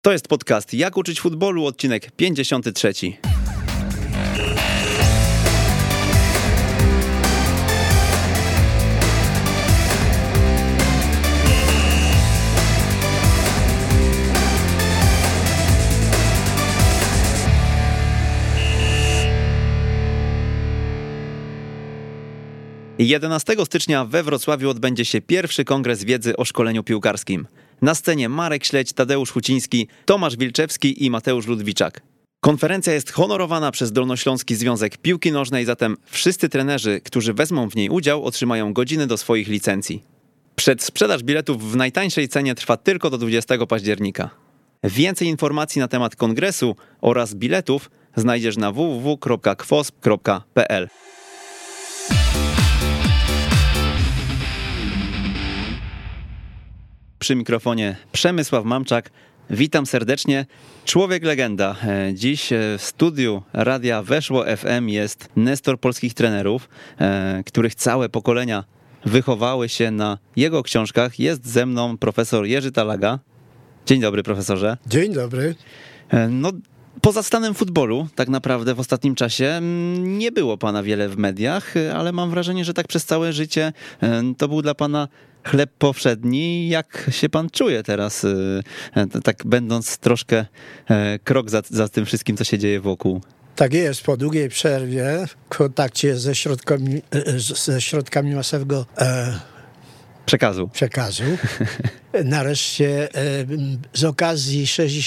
To jest podcast Jak uczyć futbolu, odcinek 53. I 11 stycznia we Wrocławiu odbędzie się pierwszy kongres wiedzy o szkoleniu piłkarskim. Na scenie Marek Śledź, Tadeusz Huciński, Tomasz Wilczewski i Mateusz Ludwiczak. Konferencja jest honorowana przez Dolnośląski Związek Piłki Nożnej, zatem wszyscy trenerzy, którzy wezmą w niej udział, otrzymają godziny do swoich licencji. Przedsprzedaż biletów w najtańszej cenie trwa tylko do 20 października. Więcej informacji na temat kongresu oraz biletów znajdziesz na www.kwosp.pl. Przy mikrofonie Przemysław Mamczak. Witam serdecznie. Człowiek legenda. Dziś w studiu Radia Weszło FM jest nestor polskich trenerów, których całe pokolenia wychowały się na jego książkach. Jest ze mną profesor Jerzy Talaga. Dzień dobry, profesorze. Dzień dobry. Poza stanem futbolu tak naprawdę w ostatnim czasie nie było pana wiele w mediach, ale mam wrażenie, że tak przez całe życie to był dla pana chleb powszedni. Jak się pan czuje teraz, tak będąc troszkę krok za tym wszystkim, co się dzieje wokół? Tak jest, po długiej przerwie w kontakcie ze środkami masowego przekazu. Nareszcie z okazji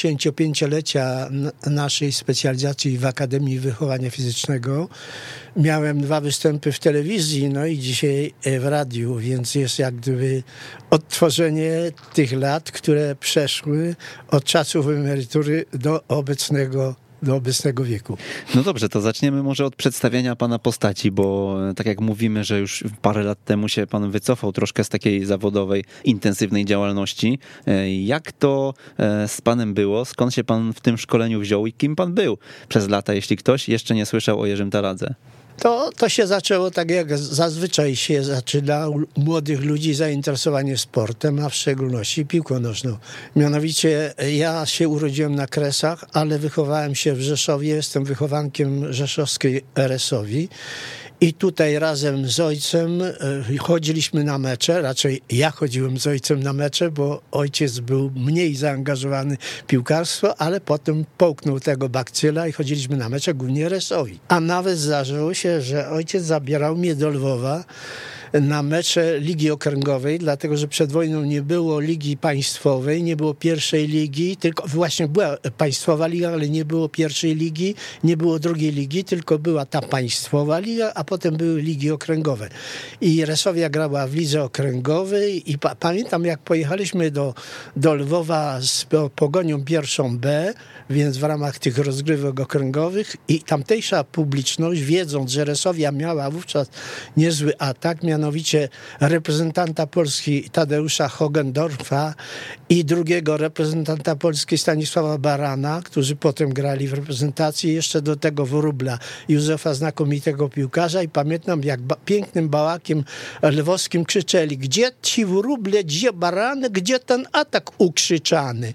65-lecia naszej specjalizacji w Akademii Wychowania Fizycznego miałem 2 występy w telewizji, no i dzisiaj w radiu, więc jest jak gdyby odtworzenie tych lat, które przeszły od czasów emerytury do obecnego wieku. No dobrze, to zaczniemy może od przedstawienia pana postaci, bo tak jak mówimy, że już parę lat temu się pan wycofał troszkę z takiej zawodowej, intensywnej działalności. Jak to z panem było? Skąd się pan w tym szkoleniu wziął i kim pan był przez lata, jeśli ktoś jeszcze nie słyszał o Jerzym Taladze? To się zaczęło tak, jak zazwyczaj się zaczyna u młodych ludzi zainteresowanie sportem, a w szczególności piłką nożną. Mianowicie ja się urodziłem na Kresach, ale wychowałem się w Rzeszowie, jestem wychowankiem rzeszowskiej RS-owi. I tutaj razem z ojcem chodziliśmy na mecze, raczej ja chodziłem z ojcem na mecze, bo ojciec był mniej zaangażowany w piłkarstwo, ale potem połknął tego bakcyla i chodziliśmy na mecze głównie RS-owi. A nawet zdarzyło się, że ojciec zabierał mnie do Lwowa na mecze Ligi Okręgowej, dlatego że przed wojną nie było ligi państwowej, nie było pierwszej ligi, tylko właśnie była państwowa liga, ale nie było pierwszej ligi, nie było drugiej ligi, tylko była ta państwowa liga, a potem były ligi okręgowe. I Resowia grała w lidze okręgowej i pamiętam, jak pojechaliśmy do Lwowa z Pogonią pierwszą B, więc w ramach tych rozgrywek okręgowych, i tamtejsza publiczność, wiedząc, że Resowia miała wówczas niezły atak, mianowicie reprezentanta Polski Tadeusza Hogendorfa i drugiego reprezentanta Polski Stanisława Barana, którzy potem grali w reprezentacji, jeszcze do tego Wróbla, Józefa, znakomitego piłkarza, i pamiętam, jak pięknym bałakiem lwowskim krzyczeli: gdzie ci Wróble, gdzie Barany, gdzie ten atak ukrzyczany?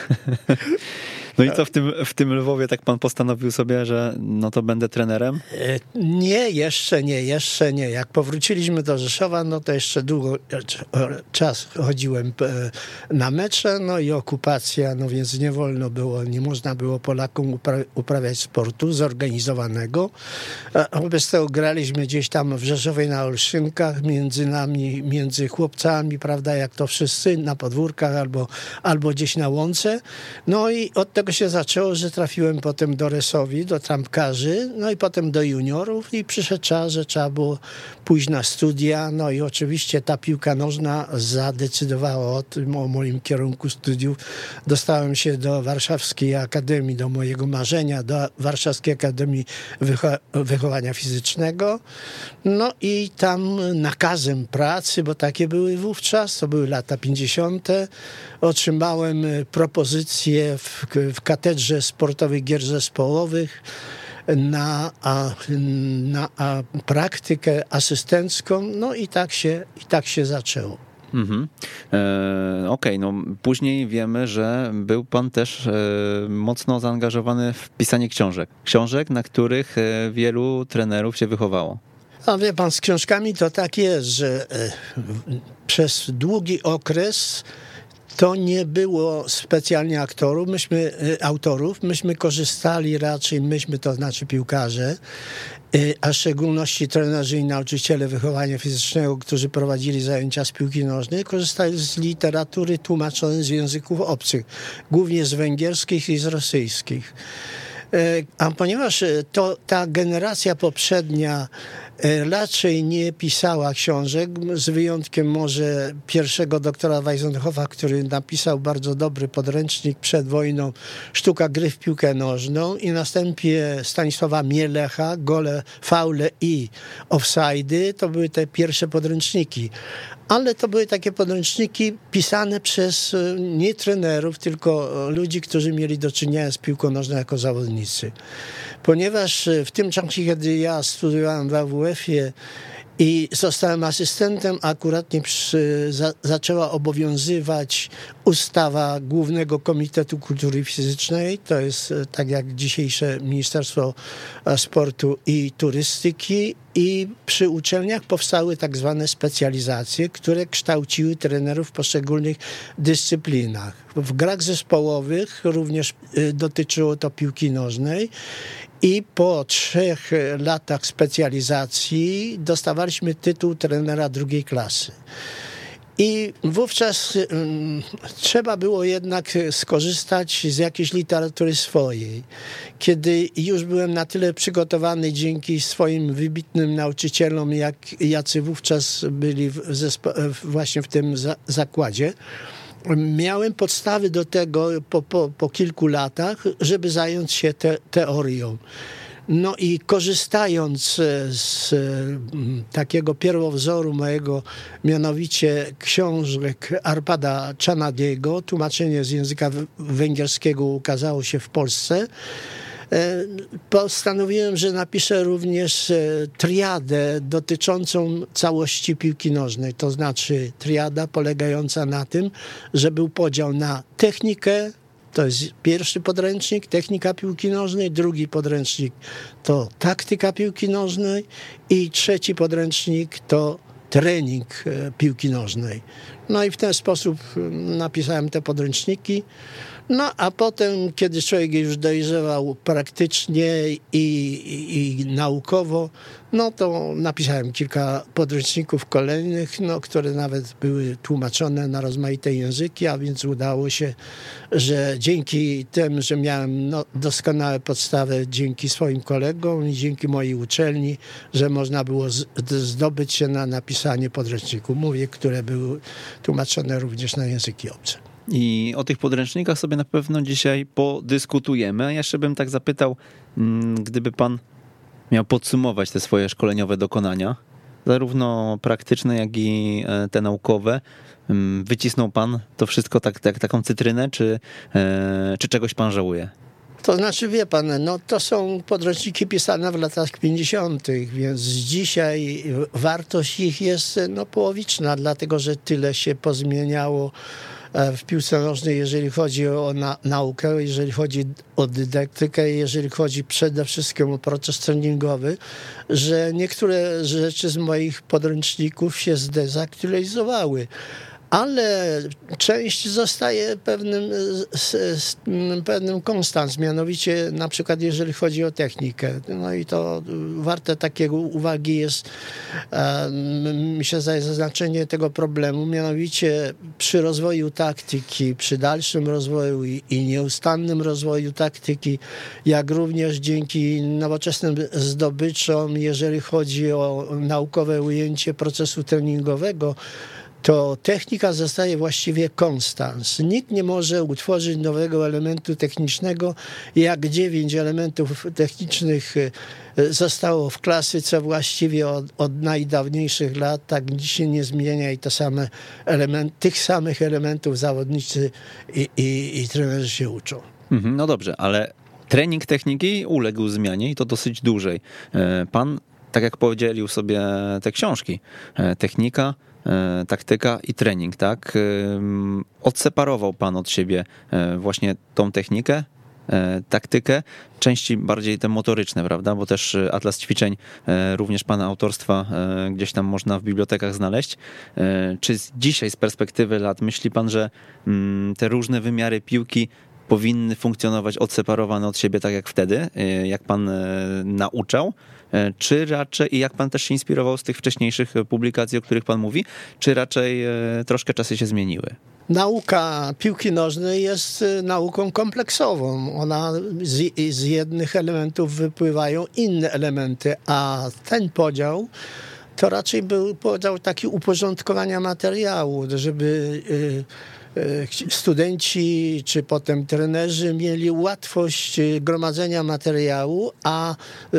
No i co w tym Lwowie tak pan postanowił sobie, że no to będę trenerem? Nie, jeszcze nie. Jak powróciliśmy do Rzeszowa, no to jeszcze długo czas chodziłem na mecze, no i okupacja, no więc nie można było Polakom uprawiać sportu zorganizowanego. Wobec tego graliśmy gdzieś tam w Rzeszowie na Olszynkach, między nami, między chłopcami, prawda, jak to wszyscy, na podwórkach albo gdzieś na łące. No i od tego się zaczęło, że trafiłem potem do Resowi, do trampkarzy, no i potem do juniorów, i przyszedł czas, że trzeba było pójść na studia, no i oczywiście ta piłka nożna zadecydowała o moim kierunku studiów. Dostałem się do Warszawskiej Akademii, do mojego marzenia, do Warszawskiej Akademii Wychowania Fizycznego, no i tam nakazem pracy, bo takie były wówczas, to były lata 50., otrzymałem propozycję w katedrze sportowych gier zespołowych na praktykę asystencką, no i tak się zaczęło. Okej, no później wiemy, że był pan też mocno zaangażowany w pisanie książek. Książek, na których wielu trenerów się wychowało. A wie pan, z książkami to tak jest, że przez długi okres to nie było specjalnie autorów. Myśmy korzystali raczej, to znaczy piłkarze, a w szczególności trenerzy i nauczyciele wychowania fizycznego, którzy prowadzili zajęcia z piłki nożnej, korzystali z literatury tłumaczonej z języków obcych, głównie z węgierskich i z rosyjskich. A ponieważ ta generacja poprzednia raczej nie pisała książek, z wyjątkiem może pierwszego doktora Weisenhofa, który napisał bardzo dobry podręcznik przed wojną Sztuka gry w piłkę nożną, i następnie Stanisława Mielecha, gole, faule i offside'y, to były te pierwsze podręczniki. Ale to były takie podręczniki pisane przez nie trenerów, tylko ludzi, którzy mieli do czynienia z piłką nożną jako zawodnicy. Ponieważ w tym czasie, kiedy ja studiowałem w AWF-ie i zostałem asystentem, akuratnie zaczęła obowiązywać ustawa Głównego Komitetu Kultury Fizycznej, to jest tak jak dzisiejsze Ministerstwo Sportu i Turystyki, i przy uczelniach powstały tak zwane specjalizacje, które kształciły trenerów w poszczególnych dyscyplinach. W grach zespołowych również dotyczyło to piłki nożnej. I po 3 latach specjalizacji dostawaliśmy tytuł trenera drugiej klasy. I wówczas trzeba było jednak skorzystać z jakiejś literatury swojej. Kiedy już byłem na tyle przygotowany dzięki swoim wybitnym nauczycielom, jacy wówczas byli właśnie w tym zakładzie, miałem podstawy do tego po kilku latach, żeby zająć się teorią. No i korzystając z takiego pierwowzoru mojego, mianowicie książek Arpada Czanadiego, tłumaczenie z języka węgierskiego ukazało się w Polsce, postanowiłem, że napiszę również triadę dotyczącą całości piłki nożnej. To znaczy triada polegająca na tym, że był podział na technikę, to jest pierwszy podręcznik, technika piłki nożnej, drugi podręcznik to taktyka piłki nożnej i trzeci podręcznik to trening piłki nożnej. No i w ten sposób napisałem te podręczniki. No a potem, kiedy człowiek już dojrzewał praktycznie i naukowo, no to napisałem kilka podręczników kolejnych, które nawet były tłumaczone na rozmaite języki, a więc udało się, że dzięki temu, że miałem doskonałe podstawy dzięki swoim kolegom i dzięki mojej uczelni, że można było zdobyć się na napisanie podręczników, które były tłumaczone również na języki obce. I o tych podręcznikach sobie na pewno dzisiaj podyskutujemy. A jeszcze bym tak zapytał, gdyby pan miał podsumować te swoje szkoleniowe dokonania, zarówno praktyczne, jak i te naukowe, wycisnął pan to wszystko taką cytrynę, czy czegoś pan żałuje? To znaczy, wie pan, to są podręczniki pisane w latach 50., więc dzisiaj wartość ich jest połowiczna, dlatego że tyle się pozmieniało w piłce nożnej, jeżeli chodzi o naukę, jeżeli chodzi o dydaktykę, jeżeli chodzi przede wszystkim o proces treningowy, że niektóre rzeczy z moich podręczników się zdezaktualizowały. Ale część zostaje pewnym konstans, mianowicie na przykład jeżeli chodzi o technikę. No i to warte takiej uwagi jest, mi się zdaje, zaznaczenie tego problemu, mianowicie przy rozwoju taktyki, przy dalszym rozwoju i nieustannym rozwoju taktyki, jak również dzięki nowoczesnym zdobyczom, jeżeli chodzi o naukowe ujęcie procesu treningowego, to technika zostaje właściwie konstans. Nikt nie może utworzyć nowego elementu technicznego, jak 9 elementów technicznych zostało w klasyce właściwie od najdawniejszych lat, tak nic się nie zmienia i tych samych elementów zawodnicy i trenerzy się uczą. No dobrze, ale trening techniki uległ zmianie i to dosyć dużej. Pan, tak jak podzielił sobie te książki, technika, taktyka i trening, tak? Odseparował pan od siebie właśnie tą technikę, taktykę, części bardziej te motoryczne, prawda? Bo też atlas ćwiczeń również pana autorstwa gdzieś tam można w bibliotekach znaleźć. Czy dzisiaj z perspektywy lat myśli pan, że te różne wymiary piłki powinny funkcjonować odseparowane od siebie tak jak wtedy, jak pan nauczał? Czy raczej, i jak pan też się inspirował z tych wcześniejszych publikacji, o których pan mówi, czy raczej troszkę czasy się zmieniły? Nauka piłki nożnej jest nauką kompleksową. Ona z jednych elementów wypływają inne elementy, a ten podział to raczej był podział taki uporządkowania materiału, żeby studenci czy potem trenerzy mieli łatwość gromadzenia materiału, a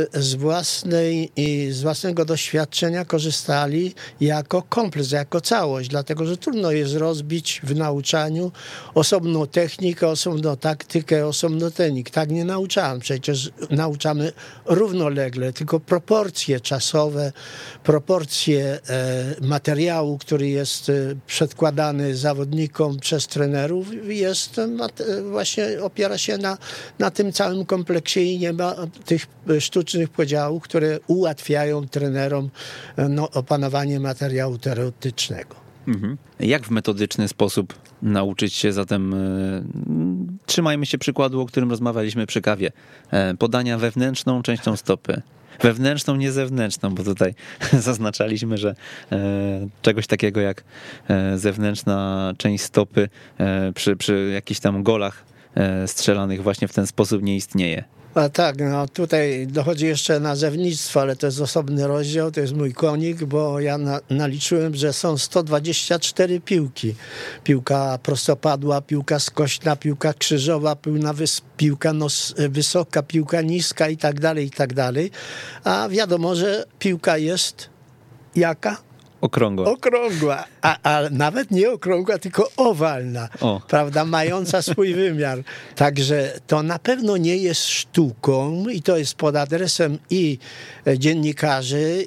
z własnego doświadczenia korzystali jako kompleks, jako całość, dlatego że trudno jest rozbić w nauczaniu osobną technikę, osobną taktykę, osobną trening. Tak nie nauczałem. Przecież nauczamy równolegle, tylko proporcje czasowe, proporcje materiału, który jest przedkładany zawodnikom przez trenerów, właśnie opiera się na tym całym kompleksie i nie ma tych sztucznych podziałów, które ułatwiają trenerom opanowanie materiału teoretycznego. Jak w metodyczny sposób nauczyć się zatem, trzymajmy się przykładu, o którym rozmawialiśmy przy kawie, podania wewnętrzną częścią stopy. Wewnętrzną, nie zewnętrzną, bo tutaj zaznaczaliśmy, że czegoś takiego jak zewnętrzna część stopy przy jakichś tam golach strzelanych właśnie w ten sposób nie istnieje. A tak, tutaj dochodzi jeszcze nazewnictwo, ale to jest osobny rozdział, to jest mój konik, bo ja naliczyłem, że są 124 piłki. Piłka prostopadła, piłka skośna, piłka krzyżowa, piłka wysoka, piłka niska i tak dalej. A wiadomo, że piłka jest jaka? Okrągła, a nawet nie okrągła, tylko owalna, prawda, mająca swój wymiar. Także to na pewno nie jest sztuką i to jest pod adresem i dziennikarzy,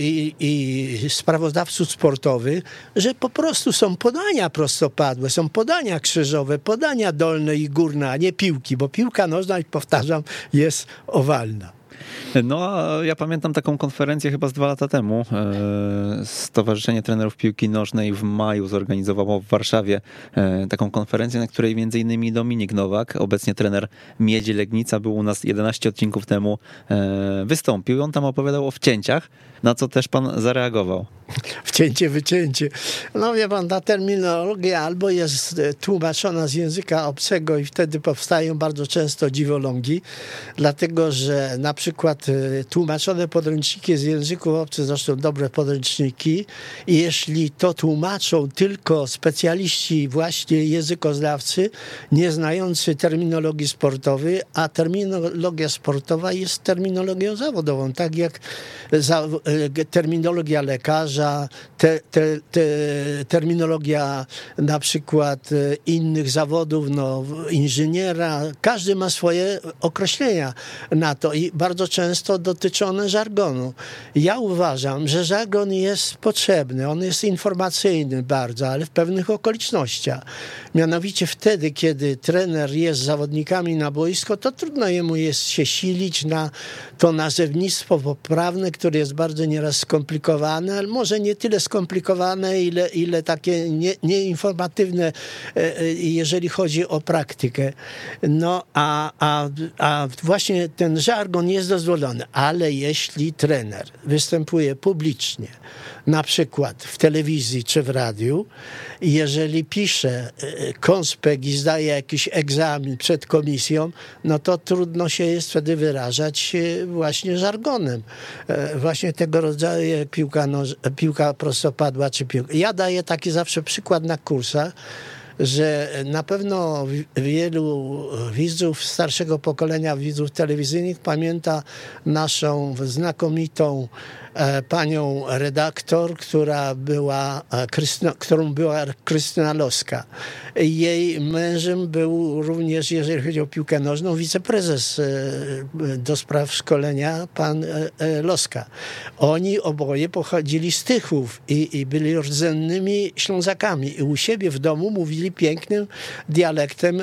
i sprawozdawców sportowych, że po prostu są podania prostopadłe, są podania krzyżowe, podania dolne i górne, a nie piłki, bo piłka nożna, powtarzam, jest owalna. No, a ja pamiętam taką konferencję chyba z 2 lata temu. Stowarzyszenie Trenerów Piłki Nożnej w maju zorganizowało w Warszawie taką konferencję, na której między innymi Dominik Nowak, obecnie trener Miedzi Legnica, był u nas 11 odcinków temu, wystąpił i on tam opowiadał o wcięciach, na co też pan zareagował. Wcięcie, wycięcie. No wie pan, ta terminologia albo jest tłumaczona z języka obcego i wtedy powstają bardzo często dziwolągi, dlatego że na przykład tłumaczone podręczniki z języków obcych, zresztą dobre podręczniki, i jeśli to tłumaczą tylko specjaliści, właśnie językoznawcy, nie znający terminologii sportowej, a terminologia sportowa jest terminologią zawodową, tak jak terminologia lekarza, terminologia na przykład innych zawodów, inżyniera, każdy ma swoje określenia na to i bardzo często dotyczone żargonu. Ja uważam, że żargon jest potrzebny, on jest informacyjny bardzo, ale w pewnych okolicznościach. Mianowicie wtedy, kiedy trener jest z zawodnikami na boisko, to trudno jemu jest się silić na to nazewnictwo poprawne, które jest bardzo nieraz skomplikowane, ale może nie tyle skomplikowane, ile takie nieinformatywne, jeżeli chodzi o praktykę. No, a właśnie ten żargon jest dozwolony, ale jeśli trener występuje publicznie, na przykład w telewizji czy w radiu, jeżeli pisze konspekt i zdaje jakiś egzamin przed komisją, no to trudno się jest wtedy wyrażać właśnie żargonem. Właśnie tego rodzaju jak piłka prostopadła czy piłka. Ja daję taki zawsze przykład na kursach, że na pewno wielu widzów starszego pokolenia, widzów telewizyjnych pamięta naszą znakomitą panią redaktor, którą była Krystyna Loska. Jej mężem był również, jeżeli chodzi o piłkę nożną, wiceprezes do spraw szkolenia, pan Loska. Oni oboje pochodzili z Tychów i byli rdzennymi Ślązakami. I u siebie w domu mówili pięknym dialektem,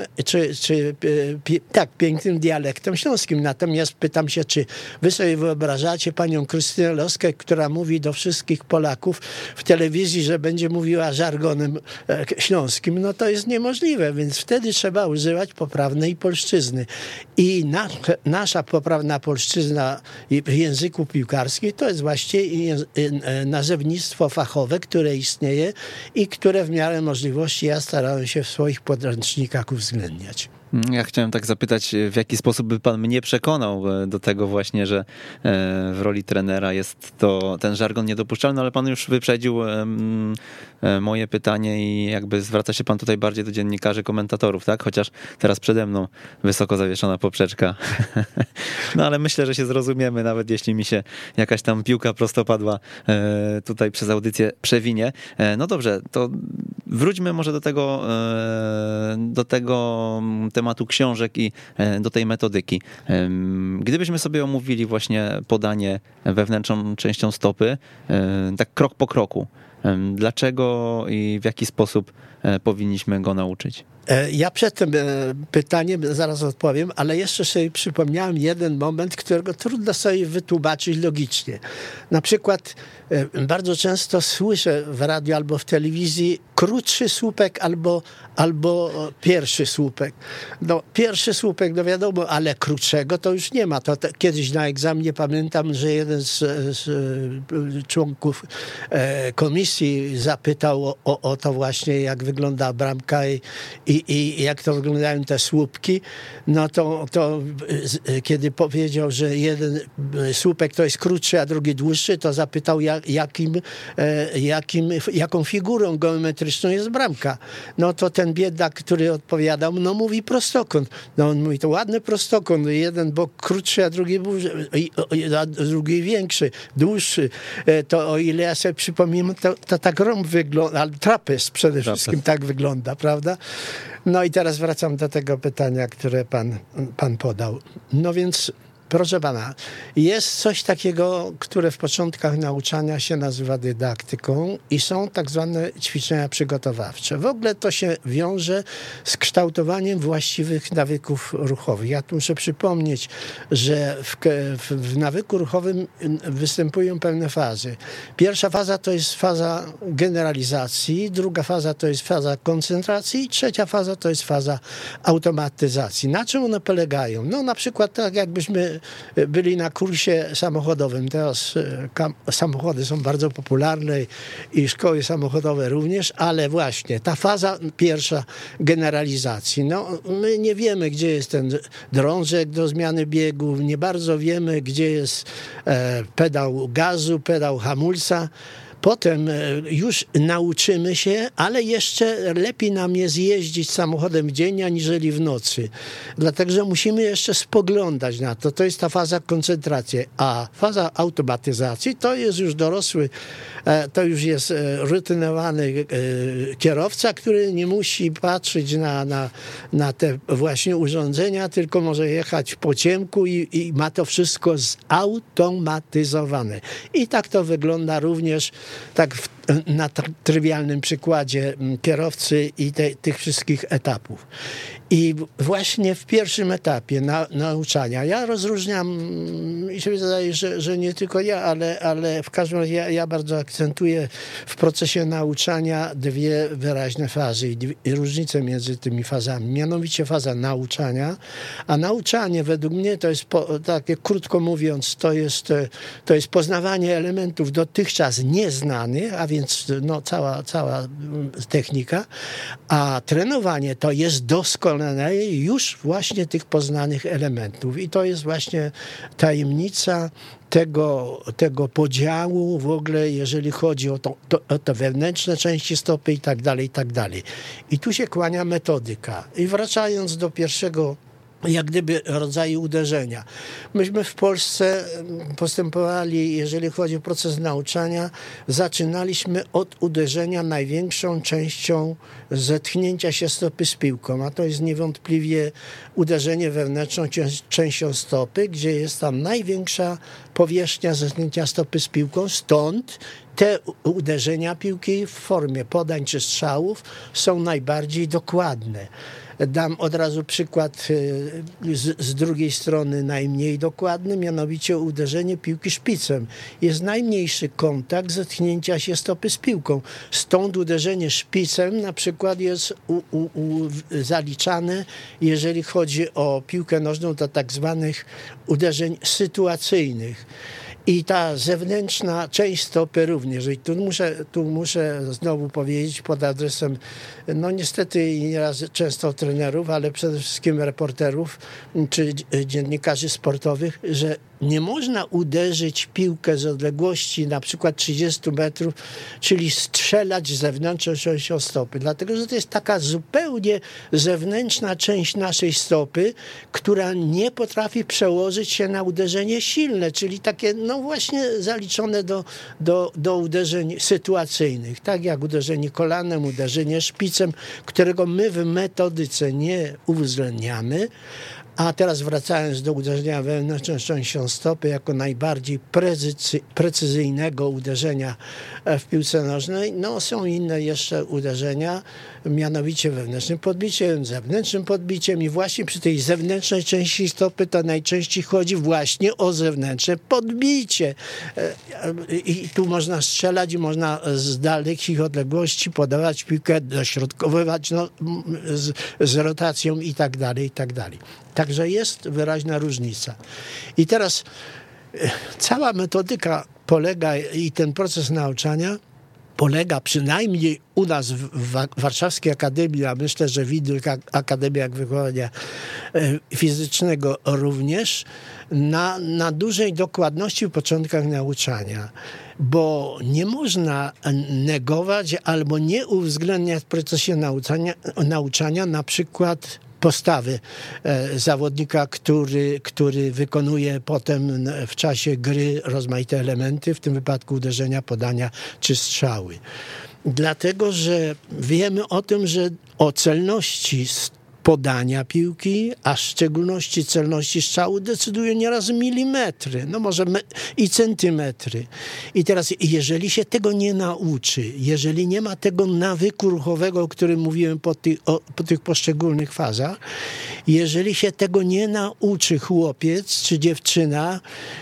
pięknym dialektem śląskim. Natomiast pytam się, czy wy sobie wyobrażacie panią Krystynę Loskę, która mówi do wszystkich Polaków w telewizji, że będzie mówiła żargonem śląskim? No to jest niemożliwe, więc wtedy trzeba używać poprawnej polszczyzny. I nasza poprawna polszczyzna w języku piłkarskim to jest właśnie nazewnictwo fachowe, które istnieje i które w miarę możliwości ja starałem się w swoich podręcznikach uwzględniać. Ja chciałem tak zapytać, w jaki sposób by pan mnie przekonał do tego właśnie, że w roli trenera jest to ten żargon niedopuszczalny, ale pan już wyprzedził moje pytanie i jakby zwraca się pan tutaj bardziej do dziennikarzy, komentatorów, tak? Chociaż teraz przede mną wysoko zawieszona poprzeczka. No ale myślę, że się zrozumiemy, nawet jeśli mi się jakaś tam piłka prostopadła tutaj przez audycję przewinie. No dobrze, to wróćmy może do tego tematu książek i do tej metodyki. Gdybyśmy sobie omówili właśnie podanie wewnętrzną częścią stopy, tak krok po kroku, dlaczego i w jaki sposób powinniśmy go nauczyć? Ja przed tym pytaniem zaraz odpowiem, ale jeszcze sobie przypomniałem jeden moment, którego trudno sobie wytłumaczyć logicznie. Na przykład bardzo często słyszę w radiu albo w telewizji krótszy słupek albo pierwszy słupek. No, pierwszy słupek, no wiadomo, ale krótszego to już nie ma. Kiedyś na egzaminie pamiętam, że jeden z członków komisji zapytał o to właśnie, jak wygląda bramka i jak to wyglądają te słupki. No to kiedy powiedział, że jeden słupek to jest krótszy, a drugi dłuższy, to zapytał, jaką figurą geometryczną jest bramka. No to ten biedak, który odpowiadał, no mówi prostokąt. No on mówi, to ładny prostokąt, jeden bok krótszy, a drugi większy, dłuższy. To o ile ja sobie przypominam, to tak rąb wygląda, ale trapez przede wszystkim tak wygląda, prawda? No i teraz wracam do tego pytania, które pan podał. No więc proszę pana, jest coś takiego, które w początkach nauczania się nazywa dydaktyką i są tak zwane ćwiczenia przygotowawcze. W ogóle to się wiąże z kształtowaniem właściwych nawyków ruchowych. Ja tu muszę przypomnieć, że w nawyku ruchowym występują pewne fazy. Pierwsza faza to jest faza generalizacji, druga faza to jest faza koncentracji i trzecia faza to jest faza automatyzacji. Na czym one polegają? No na przykład tak jakbyśmy byli na kursie samochodowym. Teraz samochody są bardzo popularne i szkoły samochodowe również, ale właśnie ta faza pierwsza generalizacji. No, my nie wiemy, gdzie jest ten drążek do zmiany biegu, nie bardzo wiemy, gdzie jest pedał gazu, pedał hamulca. Potem już nauczymy się, ale jeszcze lepiej nam jest jeździć samochodem w dzień, aniżeli w nocy. Dlatego, że musimy jeszcze spoglądać na to. To jest ta faza koncentracji. A faza automatyzacji to jest już dorosły, to już jest rutynowany kierowca, który nie musi patrzeć na te właśnie urządzenia, tylko może jechać po ciemku i ma to wszystko zautomatyzowane. I tak to wygląda również tak na trywialnym przykładzie kierowcy i tych wszystkich etapów. I właśnie w pierwszym etapie nauczania ja rozróżniam, i się wydaje, że nie tylko ja, ale w każdym razie ja bardzo akcentuję w procesie nauczania dwie wyraźne fazy i różnice między tymi fazami. Mianowicie faza nauczania, a nauczanie według mnie to jest, takie krótko mówiąc, to jest poznawanie elementów dotychczas nieznanych, a więc no, cała technika, a trenowanie to jest doskonale już właśnie tych poznanych elementów. I to jest właśnie tajemnica tego podziału w ogóle, jeżeli chodzi o te wewnętrzne części stopy i tak dalej, i tak dalej. I tu się kłania metodyka. I wracając do pierwszego jak gdyby rodzaju uderzenia. Myśmy w Polsce postępowali, jeżeli chodzi o proces nauczania, zaczynaliśmy od uderzenia największą częścią zetknięcia się stopy z piłką, a to jest niewątpliwie uderzenie wewnętrzną częścią stopy, gdzie jest tam największa powierzchnia zetknięcia stopy z piłką, stąd te uderzenia piłki w formie podań czy strzałów są najbardziej dokładne. Dam od razu przykład z drugiej strony najmniej dokładny, mianowicie uderzenie piłki szpicem. Jest najmniejszy kontakt zetknięcia się stopy z piłką. Stąd uderzenie szpicem na przykład jest zaliczane, jeżeli chodzi o piłkę nożną, do tak zwanych uderzeń sytuacyjnych. I ta zewnętrzna część stopy również. I tu muszę znowu powiedzieć pod adresem, no niestety nieraz często trenerów, ale przede wszystkim reporterów czy dziennikarzy sportowych, że nie można uderzyć piłkę z odległości na przykład 30 metrów, czyli strzelać zewnętrzną częścią stopy, dlatego że to jest taka zupełnie zewnętrzna część naszej stopy, która nie potrafi przełożyć się na uderzenie silne, czyli takie no właśnie zaliczone do uderzeń sytuacyjnych, tak jak uderzenie kolanem, uderzenie szpicem, którego my w metodyce nie uwzględniamy. A teraz wracając do uderzenia wewnętrzną częścią stopy jako najbardziej precyzyjnego uderzenia w piłce nożnej, no są inne jeszcze uderzenia, mianowicie wewnętrznym podbiciem, zewnętrznym podbiciem i właśnie przy tej zewnętrznej części stopy to najczęściej chodzi właśnie o zewnętrzne podbicie. I tu można strzelać i można z dalekich odległości podawać piłkę, dośrodkowywać z rotacją i tak dalej, i tak dalej. Także jest wyraźna różnica. I teraz cała metodyka polega i ten proces nauczania polega przynajmniej u nas w Warszawskiej Akademii, a myślę, że w innych akademiach wychowania fizycznego również, na dużej dokładności w początkach nauczania. Bo nie można negować albo nie uwzględniać w procesie nauczania na przykład postawy zawodnika, który wykonuje potem w czasie gry rozmaite elementy, w tym wypadku uderzenia, podania czy strzały. Dlatego, że wiemy o tym, że o celności podania piłki, a w szczególności celności strzału decydują nieraz milimetry, no może i centymetry. I teraz, jeżeli się tego nie nauczy, jeżeli nie ma tego nawyku ruchowego, o którym mówiłem po tych poszczególnych fazach, jeżeli się tego nie nauczy chłopiec czy dziewczyna,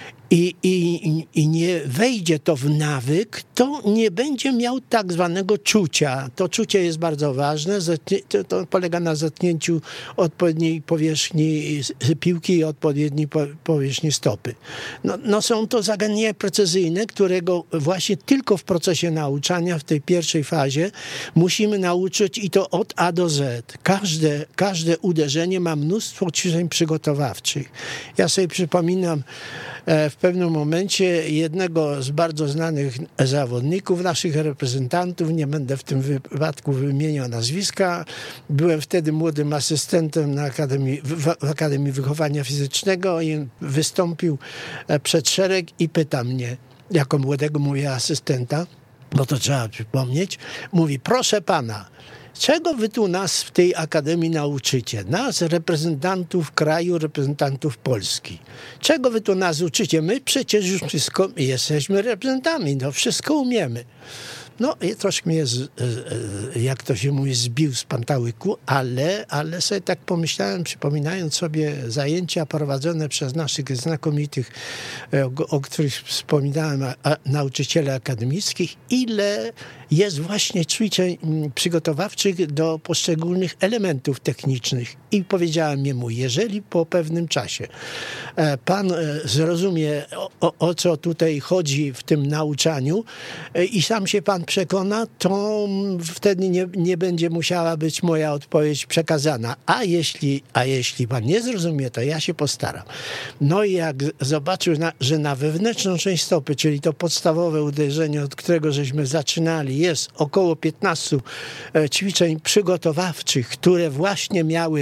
i nie wejdzie to w nawyk, to nie będzie miał tak zwanego czucia. To czucie jest bardzo ważne. To polega na zetknięciu odpowiedniej powierzchni piłki i odpowiedniej powierzchni stopy. No są to zagadnienia precyzyjne, którego właśnie tylko w procesie nauczania, w tej pierwszej fazie musimy nauczyć i to od A do Z. Każde uderzenie ma mnóstwo ćwiczeń przygotowawczych. Ja sobie przypominam w pewnym momencie jednego z bardzo znanych zawodników, naszych reprezentantów, nie będę w tym wypadku wymieniał nazwiska, byłem wtedy młodym asystentem w Akademii Wychowania Fizycznego i wystąpił przed szereg i pyta mnie, jako młodego mówię asystenta, bo to trzeba przypomnieć, mówi: proszę pana, czego wy tu nas w tej akademii nauczycie? Nas, reprezentantów kraju, reprezentantów Polski. Czego wy tu nas uczycie? My przecież już wszystko jesteśmy reprezentantami, no wszystko umiemy. No i troszkę mnie, jak to się mówi, zbił z pantałyku, ale sobie tak pomyślałem, przypominając sobie zajęcia prowadzone przez naszych znakomitych, o których wspominałem, nauczycieli akademickich, ile jest właśnie ćwiczeń przygotowawczych do poszczególnych elementów technicznych. I powiedziałem jemu, jeżeli po pewnym czasie pan zrozumie, o co tutaj chodzi w tym nauczaniu i sam się pan przekona, to wtedy nie będzie musiała być moja odpowiedź przekazana. A jeśli pan nie zrozumie, to ja się postaram. No i jak zobaczył, że na wewnętrzną część stopy, czyli to podstawowe uderzenie, od którego żeśmy zaczynali, jest około 15 ćwiczeń przygotowawczych, które właśnie miały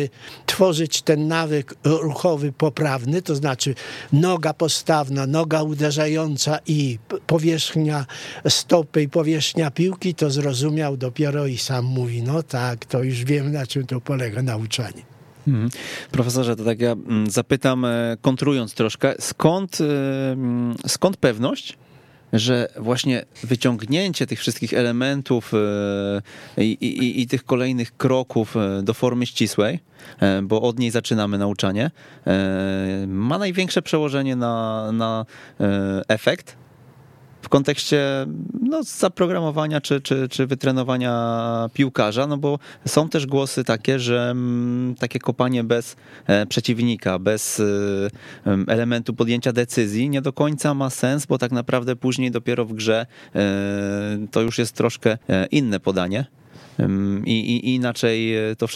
tworzyć ten nawyk ruchowy poprawny, to znaczy noga postawna, noga uderzająca i powierzchnia stopy i powierzchnia piłki, to zrozumiał dopiero i sam mówi, no tak, to już wiem, na czym to polega nauczanie. Profesorze, to tak ja zapytam, kontrując troszkę, skąd pewność, że właśnie wyciągnięcie tych wszystkich elementów i tych kolejnych kroków do formy ścisłej, bo od niej zaczynamy nauczanie, ma największe przełożenie na efekt w kontekście zaprogramowania czy wytrenowania piłkarza, no bo są też głosy takie, że takie kopanie bez przeciwnika, bez elementu podjęcia decyzji nie do końca ma sens, bo tak naprawdę później dopiero w grze to już jest troszkę inne podanie i inaczej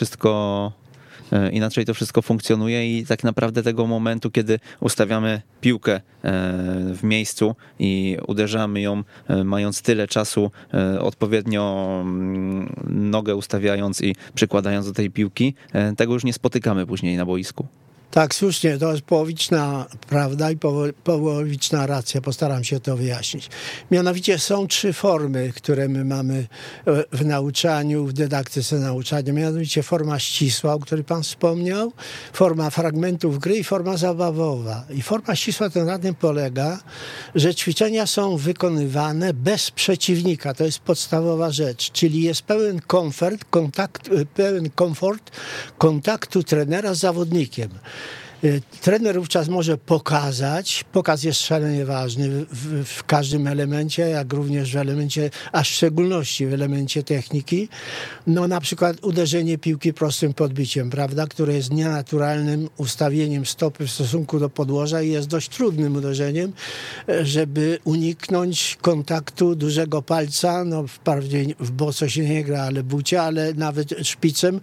to wszystko funkcjonuje i tak naprawdę tego momentu, kiedy ustawiamy piłkę w miejscu i uderzamy ją, mając tyle czasu, odpowiednio nogę ustawiając i przykładając do tej piłki, tego już nie spotykamy później na boisku. Tak, słusznie, to jest połowiczna prawda i połowiczna racja. Postaram się to wyjaśnić. Mianowicie są 3 formy, które my mamy w nauczaniu, w dydaktyce nauczania. Mianowicie forma ścisła, o której pan wspomniał, forma fragmentów gry i forma zabawowa. I forma ścisła to na tym polega, że ćwiczenia są wykonywane bez przeciwnika. To jest podstawowa rzecz, czyli jest pełen komfort kontaktu trenera z zawodnikiem. Trener wówczas może pokazać, pokaz jest szalenie ważny w każdym elemencie, jak również w elemencie, a w szczególności w elemencie techniki, no na przykład uderzenie piłki prostym podbiciem, prawda, które jest nienaturalnym ustawieniem stopy w stosunku do podłoża i jest dość trudnym uderzeniem, żeby uniknąć kontaktu dużego palca, no wprawdzie w boso się nie gra, ale bucie, ale nawet szpicem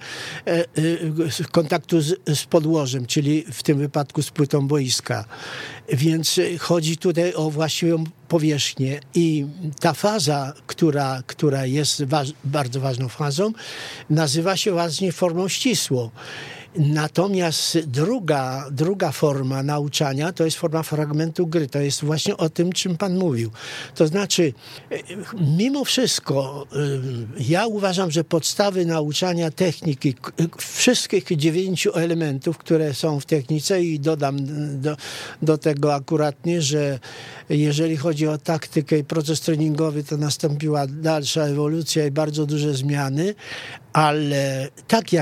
kontaktu z podłożem, czyli w tym wypadku z płytą boiska. Więc chodzi tutaj o właściwą powierzchnię i ta faza, która jest bardzo ważną fazą, nazywa się właśnie formą ścisłą. Natomiast druga forma nauczania to jest forma fragmentu gry. To jest właśnie o tym, czym pan mówił. To znaczy, mimo wszystko, ja uważam, że podstawy nauczania techniki, wszystkich 9 elementów, które są w technice i dodam do tego akuratnie, że jeżeli chodzi o taktykę i proces treningowy, to nastąpiła dalsza ewolucja i bardzo duże zmiany, ale tak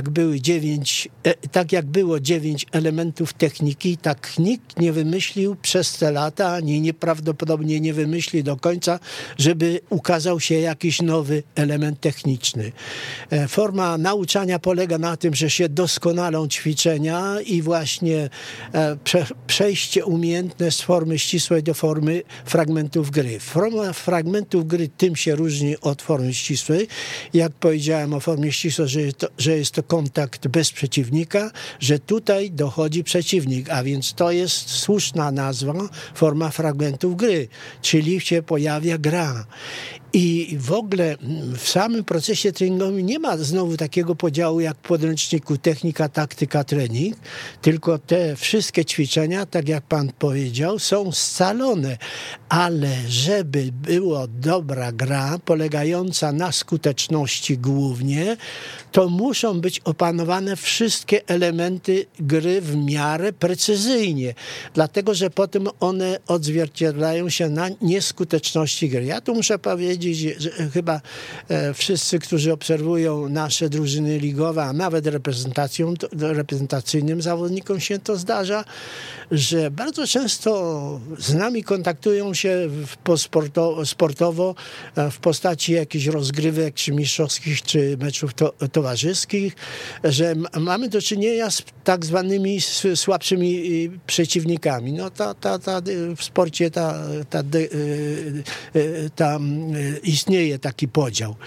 jak było 9 elementów techniki, tak nikt nie wymyślił przez te lata, ani nieprawdopodobnie nie wymyśli do końca, żeby ukazał się jakiś nowy element techniczny. Forma nauczania polega na tym, że się doskonalą ćwiczenia i właśnie przejście umiejętne z formy ścisłej do formy fragmentów gry. Forma fragmentów gry tym się różni od formy ścisłej. Jak powiedziałem o formie ścisłej, że jest to kontakt bez przeciwnika, że tutaj dochodzi przeciwnik, a więc to jest słuszna nazwa, forma fragmentów gry, czyli się pojawia gra. I w ogóle w samym procesie treningowym nie ma znowu takiego podziału jak w podręczniku technika, taktyka, trening, tylko te wszystkie ćwiczenia, tak jak pan powiedział, są scalone, ale żeby była dobra gra, polegająca na skuteczności głównie, to muszą być opanowane wszystkie elementy gry w miarę precyzyjnie, dlatego że potem one odzwierciedlają się na nieskuteczności gry. Ja tu muszę powiedzieć, że chyba wszyscy, którzy obserwują nasze drużyny ligowe, a nawet reprezentacyjnym zawodnikom się to zdarza, że bardzo często z nami kontaktują się sportowo w postaci jakichś rozgrywek, czy mistrzowskich, czy meczów towarzyskich, że mamy do czynienia z tak zwanymi słabszymi przeciwnikami. No w sporcie istnieje taki podział.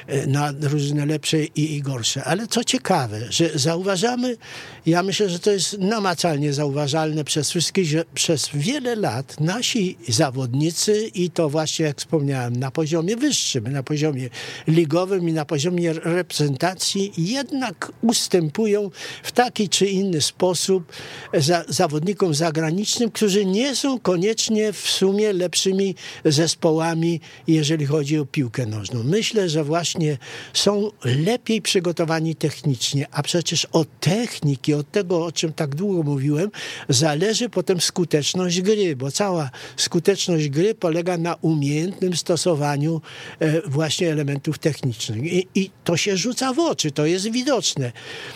na drużyny lepsze i gorsze. Ale co ciekawe, że zauważamy, ja myślę, że to jest namacalnie zauważalne przez wszystkich, że przez wiele lat nasi zawodnicy, i to właśnie jak wspomniałem, na poziomie wyższym, na poziomie ligowym i na poziomie reprezentacji jednak ustępują w taki czy inny sposób zawodnikom zagranicznym, którzy nie są koniecznie w sumie lepszymi zespołami, jeżeli chodzi o piłkę nożną. Myślę, że właśnie są lepiej przygotowani technicznie, a przecież od techniki, od tego, o czym tak długo mówiłem, zależy potem skuteczność gry, bo cała skuteczność gry polega na umiejętnym stosowaniu właśnie elementów technicznych. I to się rzuca w oczy, to jest widoczne.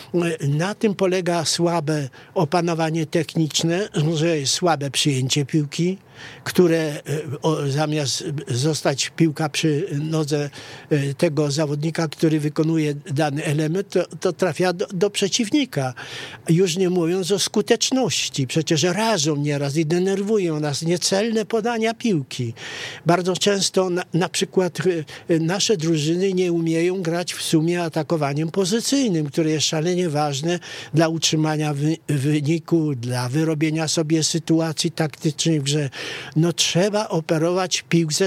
Na tym polega słabe opanowanie techniczne, że jest słabe przyjęcie piłki, które zamiast zostać piłka przy nodze tego zawodnika, który wykonuje dany element, to trafia do przeciwnika. Już nie mówiąc o skuteczności. Przecież rażą nieraz i denerwują nas niecelne podania piłki. Bardzo często na przykład nasze drużyny nie umieją grać w sumie atakowaniem pozycyjnym, które jest szalenie ważne dla utrzymania wyniku, dla wyrobienia sobie sytuacji taktycznych w grze. No trzeba operować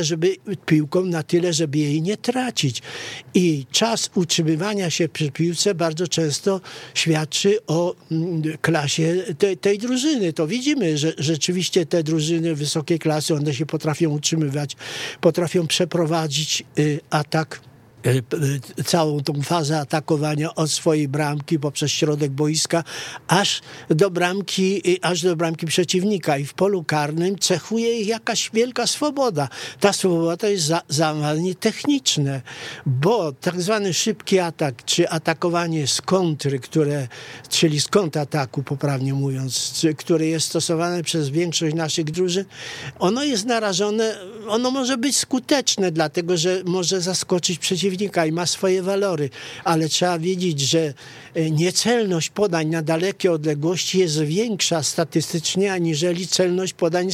piłką na tyle, żeby jej nie tracić. I czas utrzymywania się przy piłce bardzo często świadczy o klasie tej drużyny. To widzimy, że rzeczywiście te drużyny wysokiej klasy, one się potrafią utrzymywać, potrafią przeprowadzić atak, całą tą fazę atakowania od swojej bramki poprzez środek boiska aż do bramki przeciwnika i w polu karnym cechuje ich jakaś wielka swoboda. Ta swoboda to jest załamanie techniczne, bo tak zwany szybki atak, czy atakowanie z kontry, czyli z kontrataku, poprawnie mówiąc, które jest stosowane przez większość naszych drużyn, ono jest narażone, ono może być skuteczne, dlatego że może zaskoczyć przeciwnika i ma swoje walory, ale trzeba wiedzieć, że niecelność podań na dalekie odległości jest większa statystycznie, aniżeli celność podań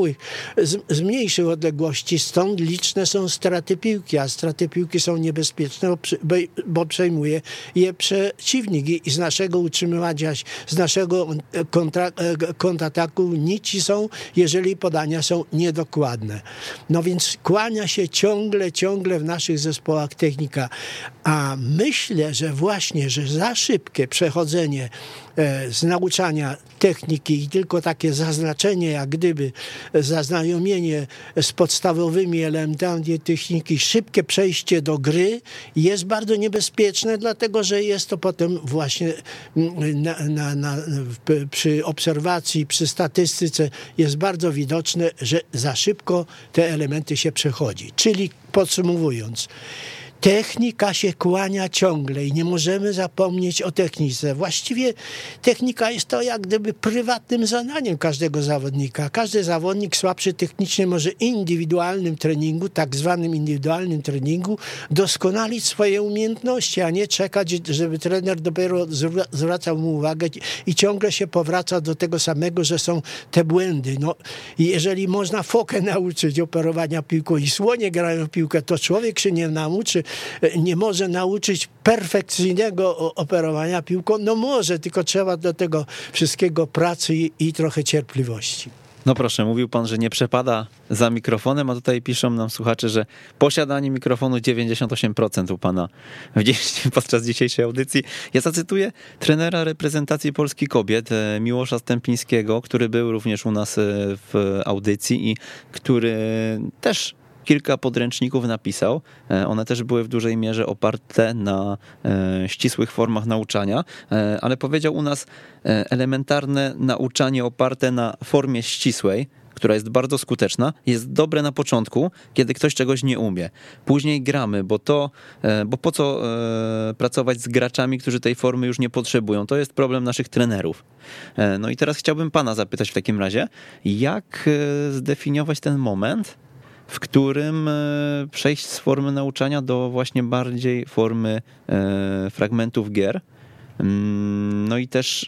z mniejszych odległości. Stąd liczne są straty piłki, a straty piłki są niebezpieczne, bo przejmuje je przeciwnik i z naszego utrzymywania, z naszego kontrataku nici są, jeżeli podania są niedokładne. No więc kłania się ciągle w naszych zespołach technika, a myślę, że właśnie, że za szybkie przechodzenie z nauczania techniki i tylko takie zaznaczenie, jak gdyby zaznajomienie z podstawowymi elementami techniki, szybkie przejście do gry jest bardzo niebezpieczne, dlatego że jest to potem właśnie przy obserwacji, przy statystyce jest bardzo widoczne, że za szybko te elementy się przechodzi. Czyli podsumowując, technika się kłania ciągle i nie możemy zapomnieć o technice. Właściwie technika jest to jak gdyby prywatnym zadaniem każdego zawodnika. Każdy zawodnik słabszy technicznie może indywidualnym treningu, tak zwanym indywidualnym treningu, doskonalić swoje umiejętności, a nie czekać, żeby trener dopiero zwracał mu uwagę i ciągle się powraca do tego samego, że są te błędy. No, jeżeli można fokę nauczyć operowania piłką i słonie grają w piłkę, to człowiek się nie może nauczyć perfekcyjnego operowania piłką. No może, tylko trzeba do tego wszystkiego pracy i trochę cierpliwości. No proszę, mówił pan, że nie przepada za mikrofonem, a tutaj piszą nam słuchacze, że posiadanie mikrofonu 98% u pana podczas dzisiejszej audycji. Ja zacytuję trenera reprezentacji Polski kobiet, Miłosza Stępińskiego, który był również u nas w audycji i który też kilka podręczników napisał. One też były w dużej mierze oparte na ścisłych formach nauczania, ale powiedział u nas elementarne nauczanie oparte na formie ścisłej, która jest bardzo skuteczna, jest dobre na początku, kiedy ktoś czegoś nie umie. Później gramy, bo po co pracować z graczami, którzy tej formy już nie potrzebują? To jest problem naszych trenerów. No i teraz chciałbym pana zapytać w takim razie, jak zdefiniować ten moment, w którym przejść z formy nauczania do właśnie bardziej formy fragmentów gier. No i też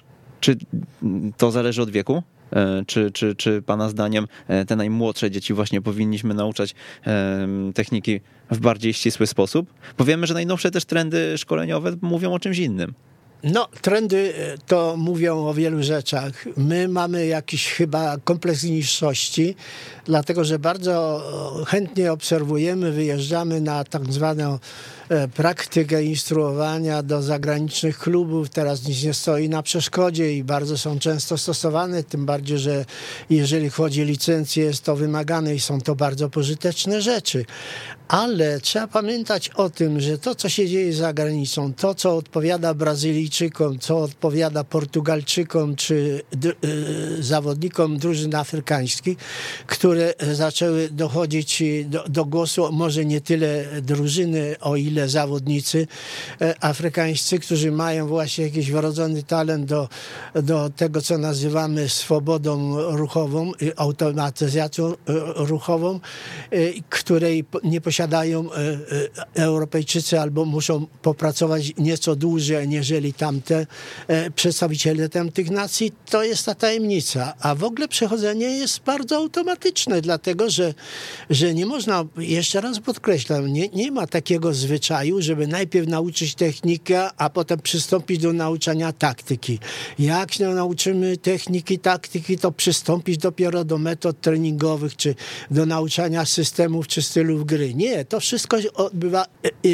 Czy to zależy od wieku? Czy pana zdaniem te najmłodsze dzieci właśnie powinniśmy nauczać techniki w bardziej ścisły sposób? Bo wiemy, że najnowsze też trendy szkoleniowe mówią o czymś innym. No, trendy to mówią o wielu rzeczach. My mamy jakiś chyba kompleks niższości, dlatego że bardzo chętnie obserwujemy, wyjeżdżamy na tak zwaną praktykę instruowania do zagranicznych klubów. Teraz nic nie stoi na przeszkodzie i bardzo są często stosowane, tym bardziej, że jeżeli chodzi o licencję, jest to wymagane i są to bardzo pożyteczne rzeczy. Ale trzeba pamiętać o tym, że to, co się dzieje za granicą, to, co odpowiada Brazylijczykom, co odpowiada Portugalczykom czy zawodnikom drużyn afrykańskich, które zaczęły dochodzić do głosu, może nie tyle drużyny, o ile zawodnicy afrykańscy, którzy mają właśnie jakiś wrodzony talent do tego, co nazywamy swobodą ruchową, automatyzacją ruchową, której nie posiadają Europejczycy albo muszą popracować nieco dłużej, aniżeli tamte przedstawiciele tych nacji. To jest ta tajemnica. A w ogóle przechodzenie jest bardzo automatyczne, dlatego że nie można, jeszcze raz podkreślam, nie ma takiego zwyczaju, żeby najpierw nauczyć technikę, a potem przystąpić do nauczania taktyki. Jak się nauczymy techniki, taktyki, to przystąpić dopiero do metod treningowych, czy do nauczania systemów, czy stylów gry. Nie, to wszystko się odbywa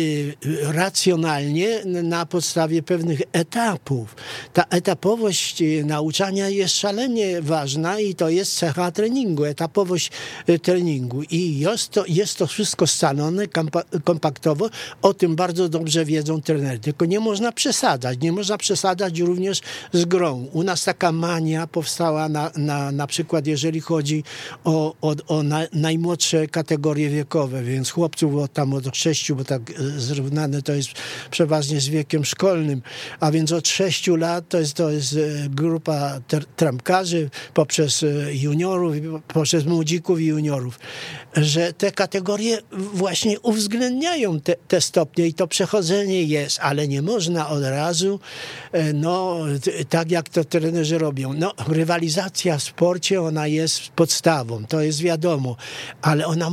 racjonalnie na podstawie pewnych etapów. Ta etapowość nauczania jest szalenie ważna i to jest cecha treningu, etapowość treningu. I jest to wszystko scalone kompaktowo. O tym bardzo dobrze wiedzą trenerzy. Tylko nie można przesadzać. Nie można przesadzać również z grą. U nas taka mania powstała na przykład, jeżeli chodzi o najmłodsze kategorie wiekowe, więc chłopców od 6, bo tak zrównane to jest przeważnie z wiekiem szkolnym, a więc od 6 lat to jest grupa trampkarzy poprzez juniorów, poprzez młodzików i juniorów, że te kategorie właśnie uwzględniają te stopnie i to przechodzenie jest, ale nie można od razu, tak jak to trenerzy robią. Rywalizacja w sporcie, ona jest podstawą, to jest wiadomo, ale ona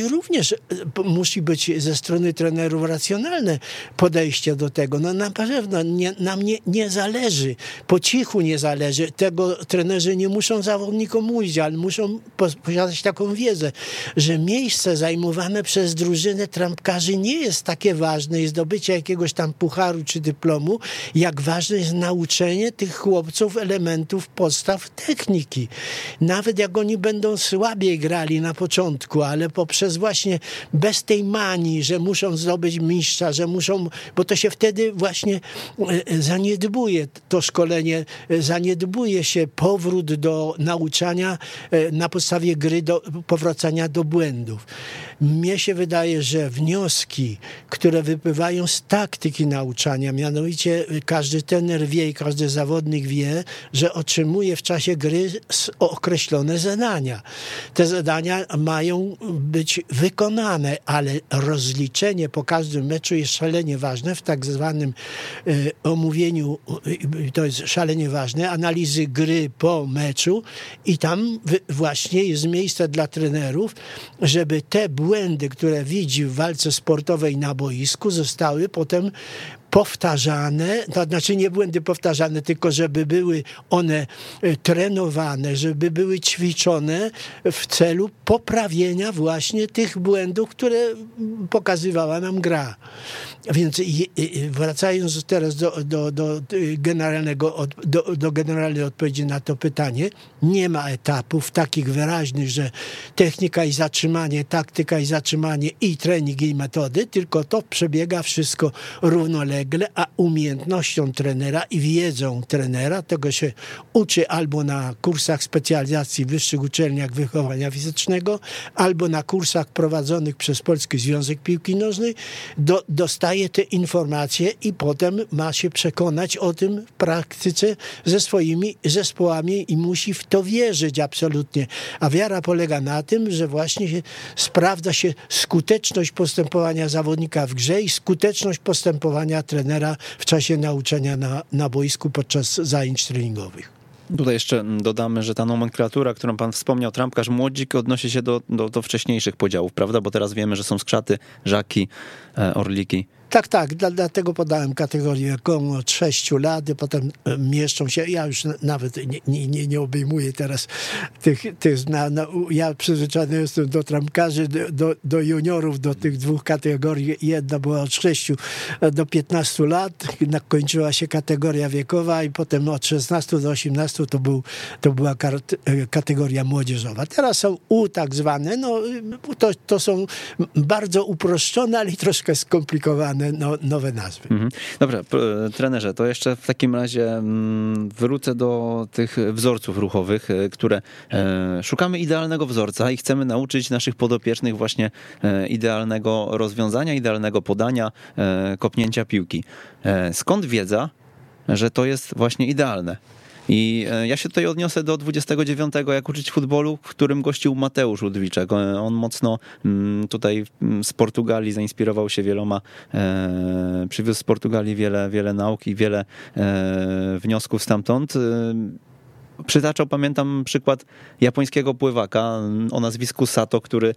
musi być ze strony trenerów racjonalne podejście do tego. Na pewno nam nie zależy, po cichu nie zależy. Tego trenerzy nie muszą zawodnikom mówić, ale muszą posiadać taką wiedzę, że miejsce zajmowane przez drużynę trampkarzy nie jest takie ważne i zdobycie jakiegoś tam pucharu czy dyplomu, jak ważne jest nauczenie tych chłopców elementów podstaw techniki. Nawet jak oni będą słabiej grali na początku, ale poprzez właśnie bez tej manii, że muszą zdobyć mistrza, bo to się wtedy właśnie zaniedbuje to szkolenie, zaniedbuje się powrót do nauczania na podstawie gry, do powracania do błędów. Mnie się wydaje, że wnioski, które wypływają z taktyki nauczania, mianowicie każdy trener wie i każdy zawodnik wie, że otrzymuje w czasie gry określone zadania. Te zadania mają być wykonane, ale rozliczenie po każdym meczu jest szalenie ważne. W tak zwanym omówieniu to jest szalenie ważne, analizy gry po meczu i tam właśnie jest miejsce dla trenerów, żeby te błędy, które widzi w walce sportowej na boisku, zostały potem powtarzane, to znaczy nie błędy powtarzane, tylko żeby były one trenowane, żeby były ćwiczone w celu poprawienia właśnie tych błędów, które pokazywała nam gra. Więc wracając teraz do generalnej odpowiedzi na to pytanie, nie ma etapów takich wyraźnych, że technika i zatrzymanie, taktyka i zatrzymanie i trening i metody, tylko to przebiega wszystko równolegle, a umiejętnością trenera i wiedzą trenera, tego się uczy albo na kursach specjalizacji w wyższych uczelniach wychowania fizycznego, albo na kursach prowadzonych przez Polski Związek Piłki Nożnej, dostaje daje te informacje i potem ma się przekonać o tym w praktyce ze swoimi zespołami i musi w to wierzyć absolutnie. A wiara polega na tym, że właśnie sprawdza się skuteczność postępowania zawodnika w grze i skuteczność postępowania trenera w czasie nauczania na boisku podczas zajęć treningowych. Tutaj jeszcze dodamy, że ta nomenklatura, którą pan wspomniał, trampkarz, młodzik, odnosi się do wcześniejszych podziałów, prawda? Bo teraz wiemy, że są skrzaty, żaki, orliki. Tak, dlatego podałem kategorię wiekową od 6 lat, i potem mieszczą się, ja już nawet nie obejmuję teraz tych ja przyzwyczajony jestem do trampkarzy, do juniorów, do tych dwóch kategorii. Jedna była od 6 do 15 lat, kończyła się kategoria wiekowa i potem od 16 do 18 to była kategoria młodzieżowa. Teraz są tak zwane, to są bardzo uproszczone, ale i troszkę skomplikowane nowe nazwy. Dobra, trenerze, to jeszcze w takim razie wrócę do tych wzorców ruchowych, które szukamy idealnego wzorca i chcemy nauczyć naszych podopiecznych właśnie idealnego rozwiązania, idealnego podania, kopnięcia piłki. Skąd wiedza, że to jest właśnie idealne? I ja się tutaj odniosę do 29, jak uczyć futbolu, w którym gościł Mateusz Ludwiczak. On mocno tutaj z Portugalii zainspirował się wieloma, przywiózł z Portugalii wiele nauk i wiele wniosków stamtąd. Przytaczał, pamiętam, przykład japońskiego pływaka o nazwisku Sato, który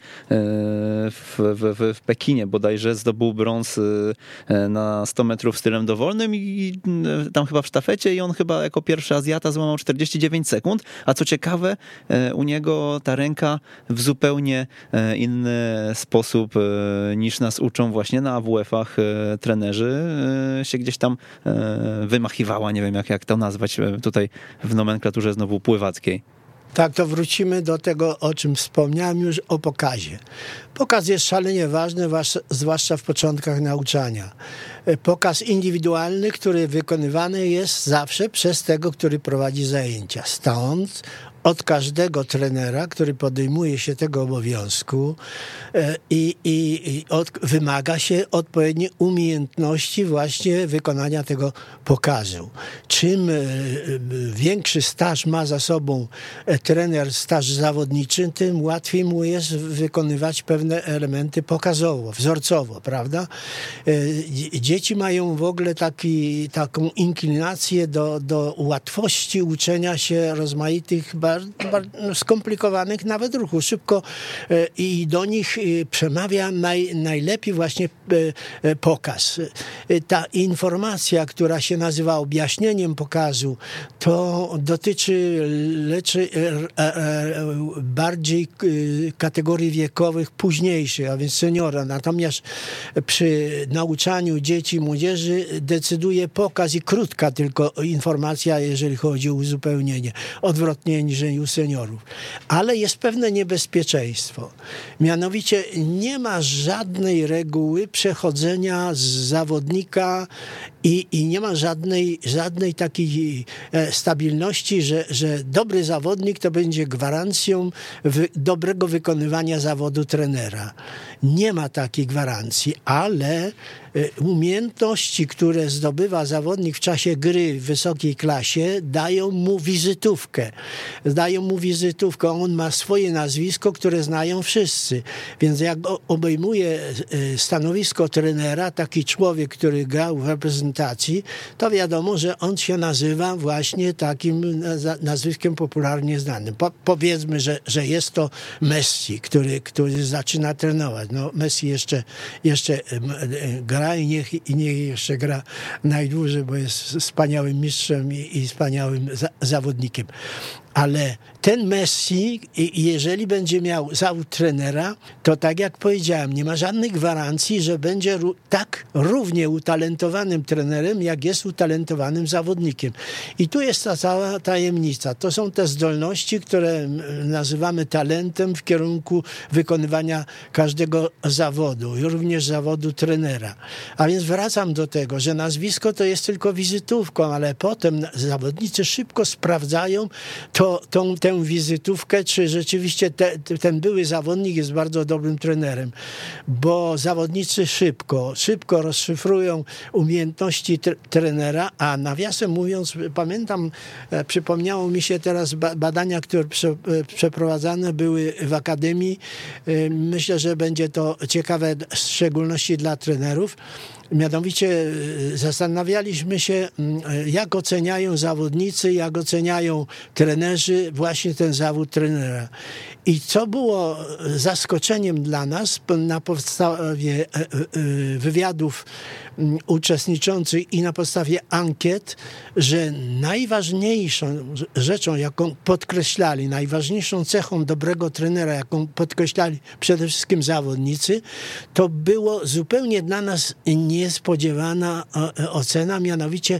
w Pekinie bodajże zdobył brąz na 100 metrów stylem dowolnym i tam chyba w sztafecie i on chyba jako pierwszy Azjata złamał 49 sekund, a co ciekawe, u niego ta ręka w zupełnie inny sposób niż nas uczą właśnie na AWF-ach trenerzy się gdzieś tam wymachiwała, nie wiem jak to nazwać tutaj w nomenklaturze znowu pływackiej. Tak, to wrócimy do tego, o czym wspomniałem już, o pokazie. Pokaz jest szalenie ważny, zwłaszcza w początkach nauczania. Pokaz indywidualny, który wykonywany jest zawsze przez tego, który prowadzi zajęcia. Stąd od każdego trenera, który podejmuje się tego obowiązku wymaga się odpowiedniej umiejętności właśnie wykonania tego pokazu. Czym większy staż ma za sobą trener, staż zawodniczy, tym łatwiej mu jest wykonywać pewne elementy pokazowo, wzorcowo, prawda? Dzieci mają w ogóle taką inklinację do łatwości uczenia się rozmaitych skomplikowanych nawet ruchów. Szybko i do nich przemawia najlepiej właśnie pokaz. Ta informacja, która się nazywa objaśnieniem pokazu, to dotyczy bardziej kategorii wiekowych późniejszych, a więc seniora. Natomiast przy nauczaniu dzieci i młodzieży decyduje pokaz i krótka tylko informacja, jeżeli chodzi o uzupełnienie. Odwrotnie niż u seniorów. Ale jest pewne niebezpieczeństwo. Mianowicie nie ma żadnej reguły przechodzenia z zawodnika i nie ma żadnej takiej stabilności, że dobry zawodnik to będzie gwarancją dobrego wykonywania zawodu trenera. Nie ma takiej gwarancji, ale umiejętności, które zdobywa zawodnik w czasie gry w wysokiej klasie, dają mu wizytówkę. On ma swoje nazwisko, które znają wszyscy. Więc jak obejmuje stanowisko trenera taki człowiek, który grał w reprezentacji, to wiadomo, że on się nazywa właśnie takim nazwiskiem popularnie znanym. Powiedzmy, że jest to Messi, który zaczyna trenować. No, Messi jeszcze gra i niech jeszcze gra najdłużej, bo jest wspaniałym mistrzem i wspaniałym zawodnikiem. Ale ten Messi, jeżeli będzie miał zawód trenera, to tak jak powiedziałem, nie ma żadnej gwarancji, że będzie tak równie utalentowanym trenerem, jak jest utalentowanym zawodnikiem. I tu jest ta cała tajemnica. To są te zdolności, które nazywamy talentem w kierunku wykonywania każdego zawodu, i również zawodu trenera. A więc wracam do tego, że nazwisko to jest tylko wizytówką, ale potem zawodnicy szybko sprawdzają to, tę wizytówkę, czy rzeczywiście ten były zawodnik jest bardzo dobrym trenerem, bo zawodnicy szybko rozszyfrują umiejętności trenera, a nawiasem mówiąc, pamiętam, przypomniało mi się teraz badania, które przeprowadzane były w Akademii. Myślę, że będzie to ciekawe, w szczególności dla trenerów. Mianowicie zastanawialiśmy się, jak oceniają zawodnicy, jak oceniają trenerzy właśnie ten zawód trenera. I co było zaskoczeniem dla nas na podstawie wywiadów uczestniczących i na podstawie ankiet, że najważniejszą rzeczą, jaką podkreślali, najważniejszą cechą dobrego trenera, jaką podkreślali przede wszystkim zawodnicy, to było zupełnie dla nas niespodziewana ocena, mianowicie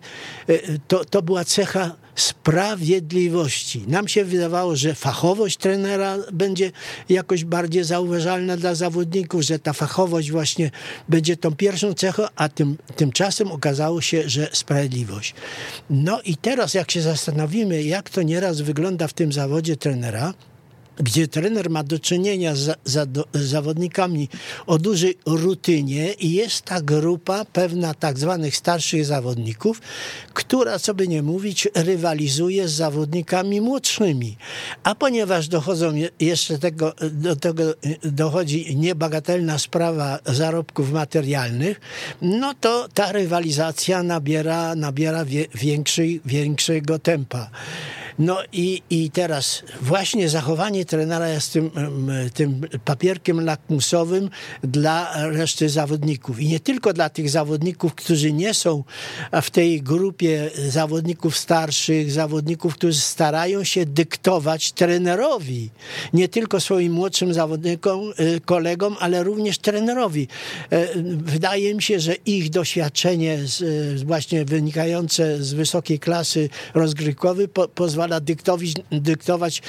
to była cecha sprawiedliwości. Nam się wydawało, że fachowość trenera będzie jakoś bardziej zauważalna dla zawodników, że ta fachowość właśnie będzie tą pierwszą cechą, a tymczasem okazało się, że sprawiedliwość. No i teraz jak się zastanowimy, jak to nieraz wygląda w tym zawodzie trenera, gdzie trener ma do czynienia z zawodnikami o dużej rutynie i jest ta grupa pewna tak zwanych starszych zawodników, która, co by nie mówić, rywalizuje z zawodnikami młodszymi. A ponieważ dochodzą jeszcze do tego dochodzi niebagatelna sprawa zarobków materialnych, no to ta rywalizacja nabiera większego tempa. No i teraz właśnie zachowanie trenera jest tym papierkiem lakmusowym dla reszty zawodników. I nie tylko dla tych zawodników, którzy nie są w tej grupie zawodników starszych, zawodników, którzy starają się dyktować trenerowi. Nie tylko swoim młodszym zawodnikom, kolegom, ale również trenerowi. Wydaje mi się, że ich doświadczenie właśnie wynikające z wysokiej klasy rozgrywkowej pozwala dyktować,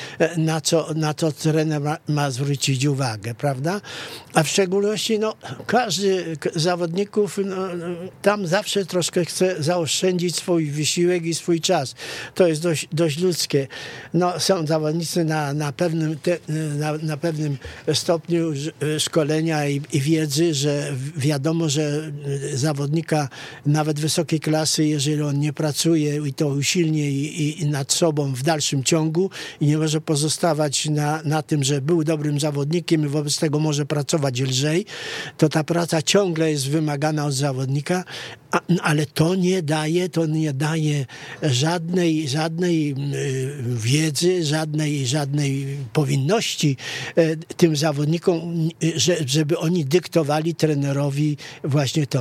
na co trener ma zwrócić uwagę, prawda? A w szczególności każdy z zawodników tam zawsze troszkę chce zaoszczędzić swój wysiłek i swój czas. To jest dość ludzkie. Są zawodnicy na pewnym stopniu szkolenia i wiedzy, że wiadomo, że zawodnika nawet wysokiej klasy, jeżeli on nie pracuje i to usilnie i nad sobą w dalszym ciągu i nie może pozostawać na tym, że był dobrym zawodnikiem i wobec tego może pracować lżej, to ta praca ciągle jest wymagana od zawodnika, ale to nie daje żadnej wiedzy, żadnej powinności tym zawodnikom, żeby oni dyktowali trenerowi właśnie to,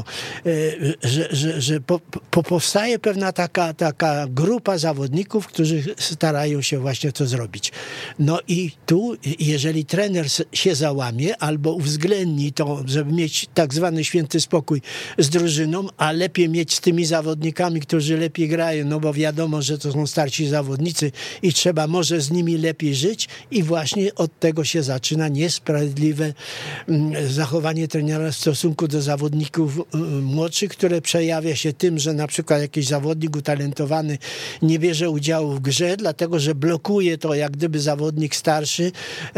że powstaje pewna taka grupa zawodników, którzy starają się właśnie to zrobić. No i tu, jeżeli trener się załamie albo uwzględni to, żeby mieć tak zwany święty spokój z drużyną, a lepiej mieć z tymi zawodnikami, którzy lepiej grają, no bo wiadomo, że to są starsi zawodnicy i trzeba może z nimi lepiej żyć i właśnie od tego się zaczyna niesprawiedliwe zachowanie trenera w stosunku do zawodników młodszych, które przejawia się tym, że na przykład jakiś zawodnik utalentowany nie bierze udziału w grze, dlatego że blokuje to jak gdyby zawodnik starszy,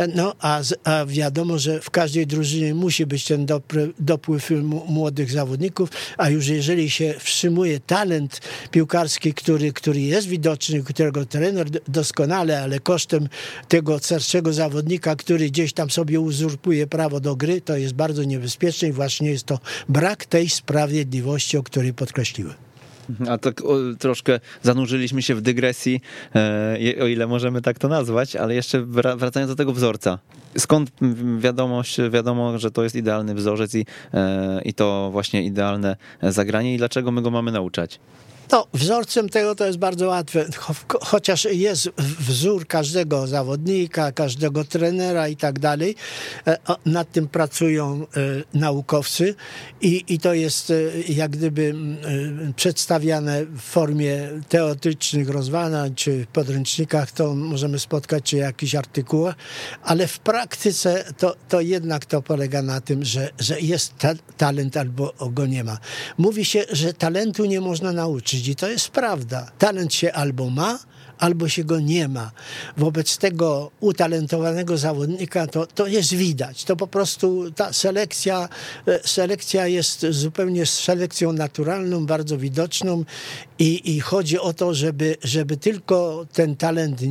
a wiadomo, że w każdej drużynie musi być ten dopływ młodych zawodników, a już jeżeli się wstrzymuje talent piłkarski, który jest widoczny, którego trener doskonale, ale kosztem tego starszego zawodnika, który gdzieś tam sobie uzurpuje prawo do gry, to jest bardzo niebezpieczne i właśnie jest to brak tej sprawiedliwości, o której podkreśliłem. A tak troszkę zanurzyliśmy się w dygresji, o ile możemy tak to nazwać, ale jeszcze wracając do tego wzorca. Skąd wiadomo, że to jest idealny wzorzec i to właśnie idealne zagranie i dlaczego my go mamy nauczać? Wzorcem tego to jest bardzo łatwe, chociaż jest wzór każdego zawodnika, każdego trenera i tak dalej. Nad tym pracują naukowcy i to jest jak gdyby przedstawiane w formie teoretycznych rozważań, czy w podręcznikach to możemy spotkać, czy jakichś artykułach, ale w praktyce to jednak to polega na tym, że jest talent albo go nie ma. Mówi się, że talentu nie można nauczyć i to jest prawda. Talent się albo ma, albo się go nie ma. Wobec tego utalentowanego zawodnika to jest widać. To po prostu ta selekcja jest zupełnie selekcją naturalną, bardzo widoczną i chodzi o to, żeby tylko ten talent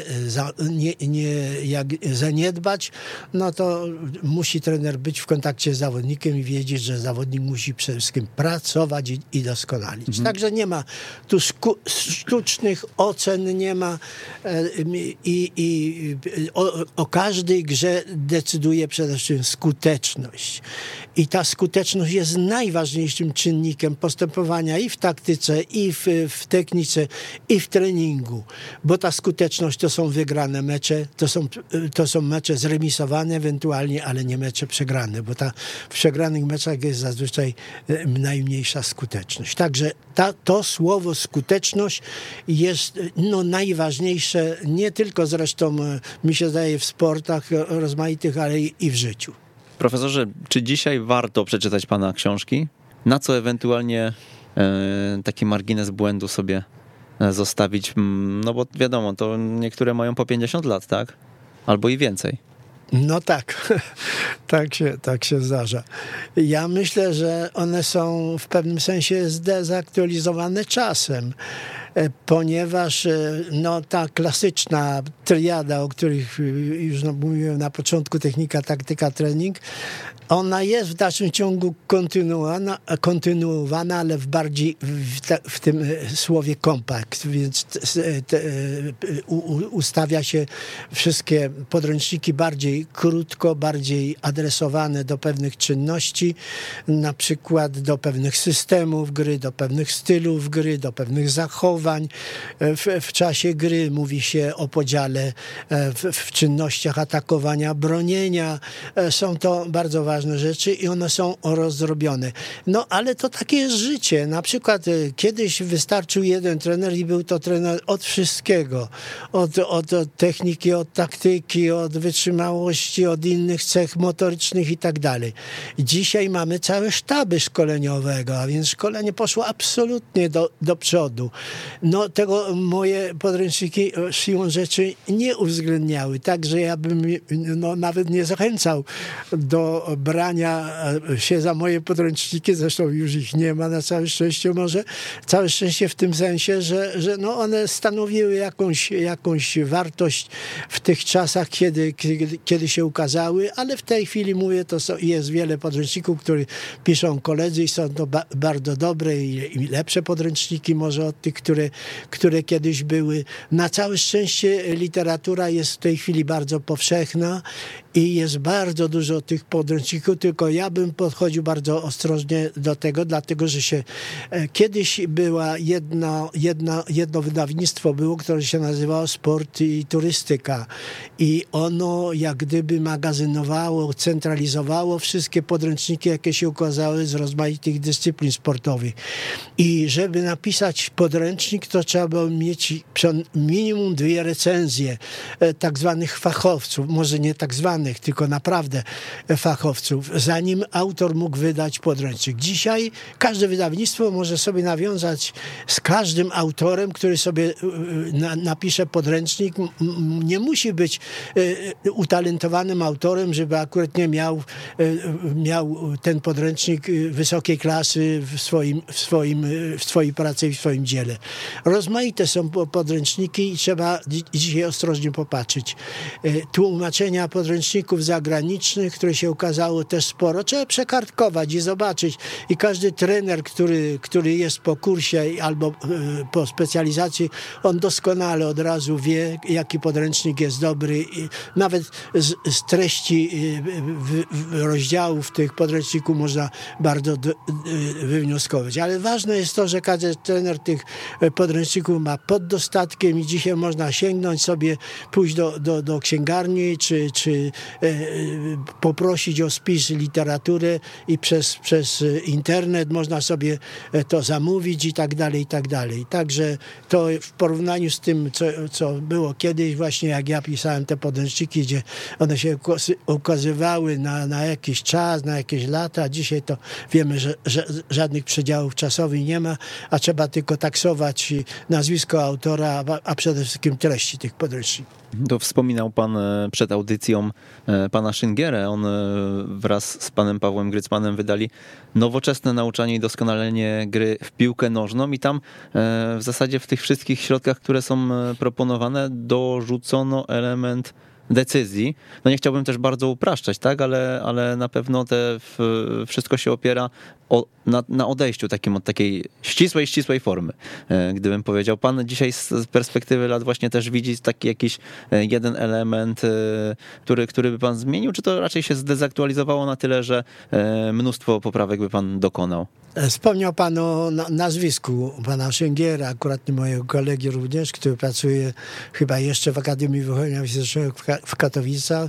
nie zaniedbać, no to musi trener być w kontakcie z zawodnikiem i wiedzieć, że zawodnik musi przede wszystkim pracować i doskonalić. Także nie ma tu sztucznych ocen, nie ma i o każdej grze decyduje przede wszystkim skuteczność. I ta skuteczność jest najważniejszym czynnikiem postępowania i w taktyce, i w technice, i w treningu. Bo ta skuteczność to są wygrane mecze, to są mecze zremisowane ewentualnie, ale nie mecze przegrane, bo w przegranych meczach jest zazwyczaj najmniejsza skuteczność. Także to słowo skuteczność jest najważniejsze, nie tylko zresztą mi się zdaje w sportach rozmaitych, ale i w życiu. Profesorze, czy dzisiaj warto przeczytać pana książki? Na co ewentualnie taki margines błędu sobie zostawić? No bo wiadomo, to niektóre mają po 50 lat, tak? Albo i więcej. No tak, tak się zdarza. Ja myślę, że one są w pewnym sensie zdezaktualizowane czasem, ponieważ ta klasyczna triada, o których już mówiłem na początku, technika, taktyka, trening, ona jest w dalszym ciągu kontynuowana, ale w tym słowie kompakt, więc ustawia się wszystkie podręczniki bardziej krótko, bardziej adresowane do pewnych czynności, na przykład do pewnych systemów gry, do pewnych stylów gry, do pewnych zachowań. W czasie gry mówi się o podziale w czynnościach atakowania, bronienia. Są to bardzo ważne rzeczy i one są rozdrobione. No ale to takie jest życie. Na przykład kiedyś wystarczył jeden trener i był to trener od wszystkiego. Od techniki, od taktyki, od wytrzymałości, od innych cech motorycznych i tak dalej. Dzisiaj mamy całe sztaby szkoleniowego, a więc szkolenie poszło absolutnie do przodu. No tego moje podręczniki siłą rzeczy nie uwzględniały. Także ja bym nawet nie zachęcał do brania się za moje podręczniki. Zresztą już ich nie ma na całe szczęście może. Całe szczęście w tym sensie, że one stanowiły jakąś wartość w tych czasach, kiedy się ukazały, ale w tej chwili mówię, jest wiele podręczników, które piszą koledzy i są to bardzo dobre i lepsze podręczniki może od tych, które kiedyś były. Na całe szczęście literatura jest w tej chwili bardzo powszechna i jest bardzo dużo tych podręczników, tylko ja bym podchodził bardzo ostrożnie do tego, dlatego że kiedyś była jedno wydawnictwo było, które się nazywało Sport i Turystyka i ono jak gdyby magazynowało, centralizowało wszystkie podręczniki, jakie się ukazały z rozmaitych dyscyplin sportowych. I żeby napisać podręcznik, to trzeba było mieć minimum 2 recenzje tak zwanych fachowców, może nie tak zwanych, tylko naprawdę fachowców, zanim autor mógł wydać podręcznik. Dzisiaj każde wydawnictwo może sobie nawiązać z każdym autorem, który sobie napisze podręcznik. Nie musi być utalentowanym autorem, żeby akurat nie miał ten podręcznik wysokiej klasy w swojej pracy i w swoim dziele. Rozmaite są podręczniki i trzeba dzisiaj ostrożnie popatrzeć. Tłumaczenia podręczników zagranicznych, które się ukazało też sporo, trzeba przekartkować i zobaczyć. I każdy trener, który jest po kursie albo po specjalizacji, on doskonale od razu wie, jaki podręcznik jest dobry. I nawet z treści rozdziałów tych podręczników można bardzo wywnioskować. Ale ważne jest to, że każdy trener tych podręczników ma pod dostatkiem i dzisiaj można sięgnąć sobie, pójść do księgarni czy poprosić o spis literatury i przez internet można sobie to zamówić i tak dalej, i tak dalej. Także to w porównaniu z tym, co było kiedyś, właśnie jak ja pisałem te podręczniki, gdzie one się ukazywały na jakiś czas, na jakieś lata. Dzisiaj to wiemy, że żadnych przedziałów czasowych nie ma, a trzeba tylko taksować nazwisko autora, a przede wszystkim treści tych podręczników. To wspominał pan przed audycją pana Szyngerę. On wraz z panem Pawłem Grycmanem wydali nowoczesne nauczanie i doskonalenie gry w piłkę nożną i tam w zasadzie w tych wszystkich środkach, które są proponowane, dorzucono element decyzji. No nie chciałbym też bardzo upraszczać, tak, ale na pewno wszystko się opiera na odejściu takim od takiej ścisłej formy. Gdybym powiedział, pan dzisiaj z perspektywy lat właśnie też widzi taki jakiś jeden element, który by pan zmienił, czy to raczej się zdezaktualizowało na tyle, że mnóstwo poprawek by pan dokonał? Wspomniał pan o nazwisku pana Szyngiera, akurat mojego kolegi również, który pracuje chyba jeszcze w Akademii Wychowania Fizycznego w Katowicach.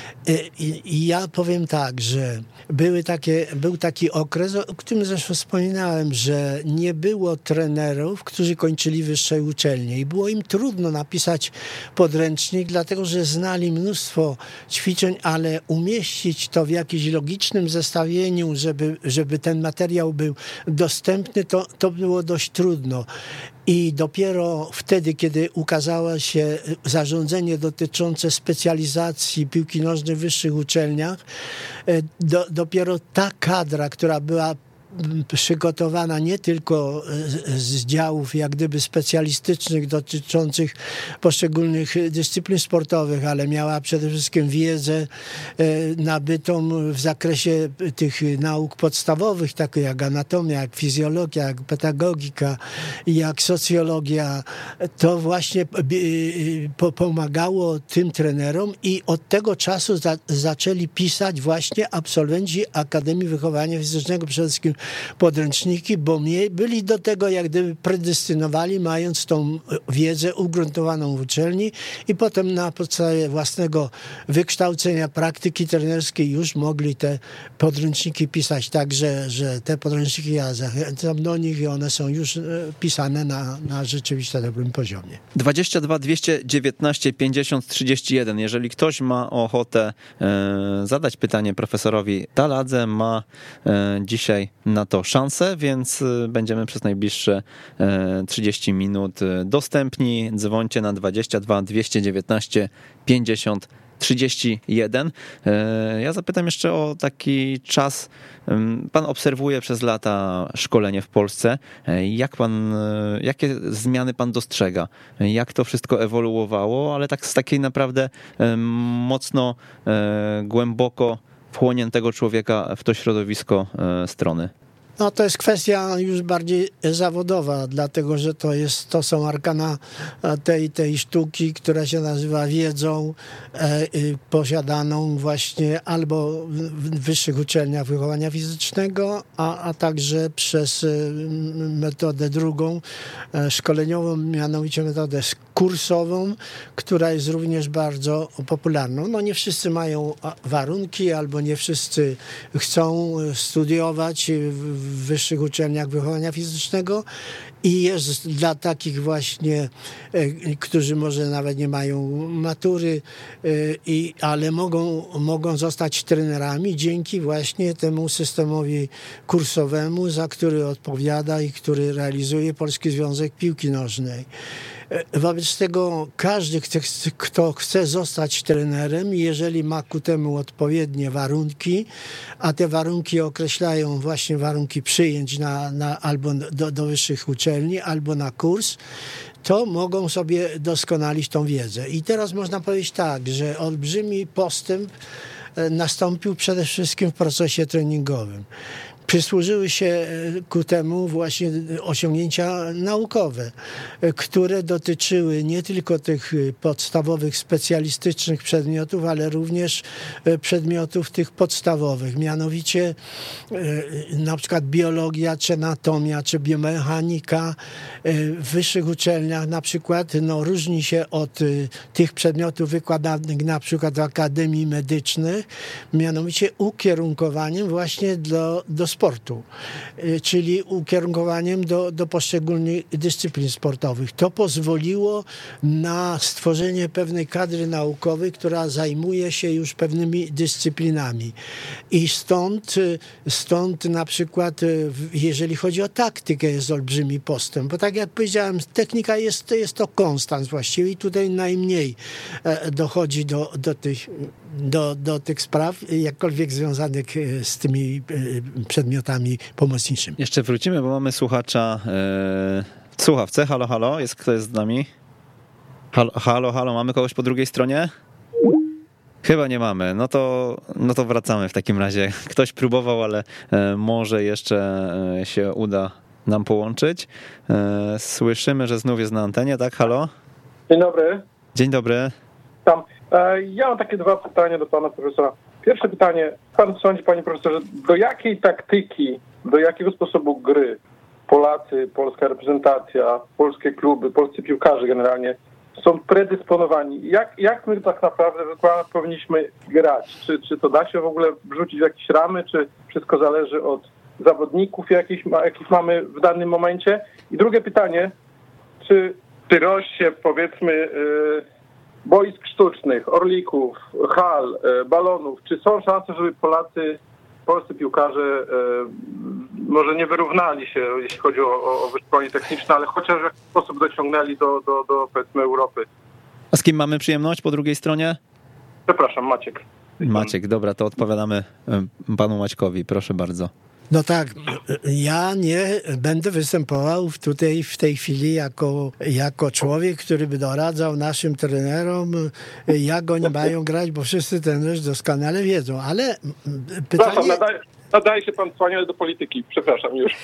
I ja powiem tak, że był taki okres, o którym zresztą wspominałem, że nie było trenerów, którzy kończyli wyższe uczelnie i było im trudno napisać podręcznik, dlatego że znali mnóstwo ćwiczeń, ale umieścić to w jakimś logicznym zestawieniu, żeby ten materiał był dostępny, to było dość trudno. I dopiero wtedy, kiedy ukazało się zarządzenie dotyczące specjalizacji piłki nożnej w wyższych uczelniach, dopiero ta kadra, która była przygotowana nie tylko z działów jak gdyby specjalistycznych dotyczących poszczególnych dyscyplin sportowych, ale miała przede wszystkim wiedzę nabytą w zakresie tych nauk podstawowych, takich jak anatomia, jak fizjologia, jak pedagogika, jak socjologia. To właśnie pomagało tym trenerom i od tego czasu zaczęli pisać właśnie absolwenci Akademii Wychowania Fizycznego, przede wszystkim podręczniki, bo byli do tego jak gdyby predestynowali, mając tą wiedzę ugruntowaną w uczelni i potem na podstawie własnego wykształcenia, praktyki trenerskiej już mogli te podręczniki pisać. Także, że te podręczniki ja zachęcam do nich i one są już pisane na rzeczywiście dobrym poziomie. 22 219 50 31. Jeżeli ktoś ma ochotę zadać pytanie profesorowi Taladze, ma dzisiaj na to szansę, więc będziemy przez najbliższe 30 minut dostępni. Dzwońcie na 22 219 50 31. Ja zapytam jeszcze o taki czas. Pan obserwuje przez lata szkolenie w Polsce. Jakie zmiany pan dostrzega? Jak to wszystko ewoluowało, ale tak z takiej naprawdę mocno, głęboko wchłoniętego człowieka w to środowisko strony? No to jest kwestia już bardziej zawodowa, dlatego że to są arkana tej sztuki, która się nazywa wiedzą posiadaną właśnie albo w wyższych uczelniach wychowania fizycznego, a także przez metodę drugą, szkoleniową, mianowicie metodę kursową, która jest również bardzo popularną. No nie wszyscy mają warunki, albo nie wszyscy chcą studiować w wyższych uczelniach wychowania fizycznego i jest dla takich właśnie, którzy może nawet nie mają matury, ale mogą zostać trenerami dzięki właśnie temu systemowi kursowemu, za który odpowiada i który realizuje Polski Związek Piłki Nożnej. Wobec tego każdy, kto chce zostać trenerem, jeżeli ma ku temu odpowiednie warunki, a te warunki określają właśnie warunki przyjęć albo do wyższych uczelni, albo na kurs, to mogą sobie doskonalić tą wiedzę. I teraz można powiedzieć tak, że olbrzymi postęp nastąpił przede wszystkim w procesie treningowym. przysłużyły się ku temu właśnie osiągnięcia naukowe, które dotyczyły nie tylko tych podstawowych, specjalistycznych przedmiotów, ale również przedmiotów tych podstawowych, mianowicie na przykład biologia, czy anatomia, czy biomechanika w wyższych uczelniach na przykład różni się od tych przedmiotów wykładanych na przykład w Akademii Medycznych, mianowicie ukierunkowaniem właśnie do sportu, czyli ukierunkowaniem do poszczególnych dyscyplin sportowych. To pozwoliło na stworzenie pewnej kadry naukowej, która zajmuje się już pewnymi dyscyplinami. I stąd na przykład, jeżeli chodzi o taktykę, jest olbrzymi postęp, bo tak jak powiedziałem, technika jest to konstans właściwie i tutaj najmniej dochodzi do tych spraw, jakkolwiek związanych z tymi przedmiotami pomocniczymi. Jeszcze wrócimy, bo mamy słuchacza w słuchawce. Halo, halo, kto jest z nami? Halo, mamy kogoś po drugiej stronie? Chyba nie mamy. No to wracamy w takim razie. Ktoś próbował, ale może jeszcze się uda nam połączyć. Słyszymy, że znów jest na antenie, tak? Halo? Dzień dobry. Dzień dobry. Ja mam takie dwa pytania do pana profesora. Pierwsze pytanie. Pan sądzi, panie profesorze, do jakiej taktyki, do jakiego sposobu gry Polacy, polska reprezentacja, polskie kluby, polscy piłkarze generalnie są predysponowani? Jak my tak naprawdę powinniśmy grać? Czy to da się w ogóle wrzucić w jakieś ramy, czy wszystko zależy od zawodników, jakich mamy w danym momencie? I drugie pytanie, czy rośnie, powiedzmy, boisk sztucznych, orlików, hal, balonów, czy są szanse, żeby polscy piłkarze może nie wyrównali się, jeśli chodzi o wyszkolenie techniczne, ale chociaż w jakiś sposób dociągnęli do powiedzmy Europy? A z kim mamy przyjemność po drugiej stronie? Przepraszam, Maciek. Maciek, dobra, to odpowiadamy panu Maćkowi, proszę bardzo. No tak, ja nie będę występował tutaj w tej chwili jako człowiek, który by doradzał naszym trenerom, jak oni mają grać, bo wszyscy trenerzy doskonale wiedzą, ale pytanie... Nadaje się pan wspaniale do polityki, przepraszam już.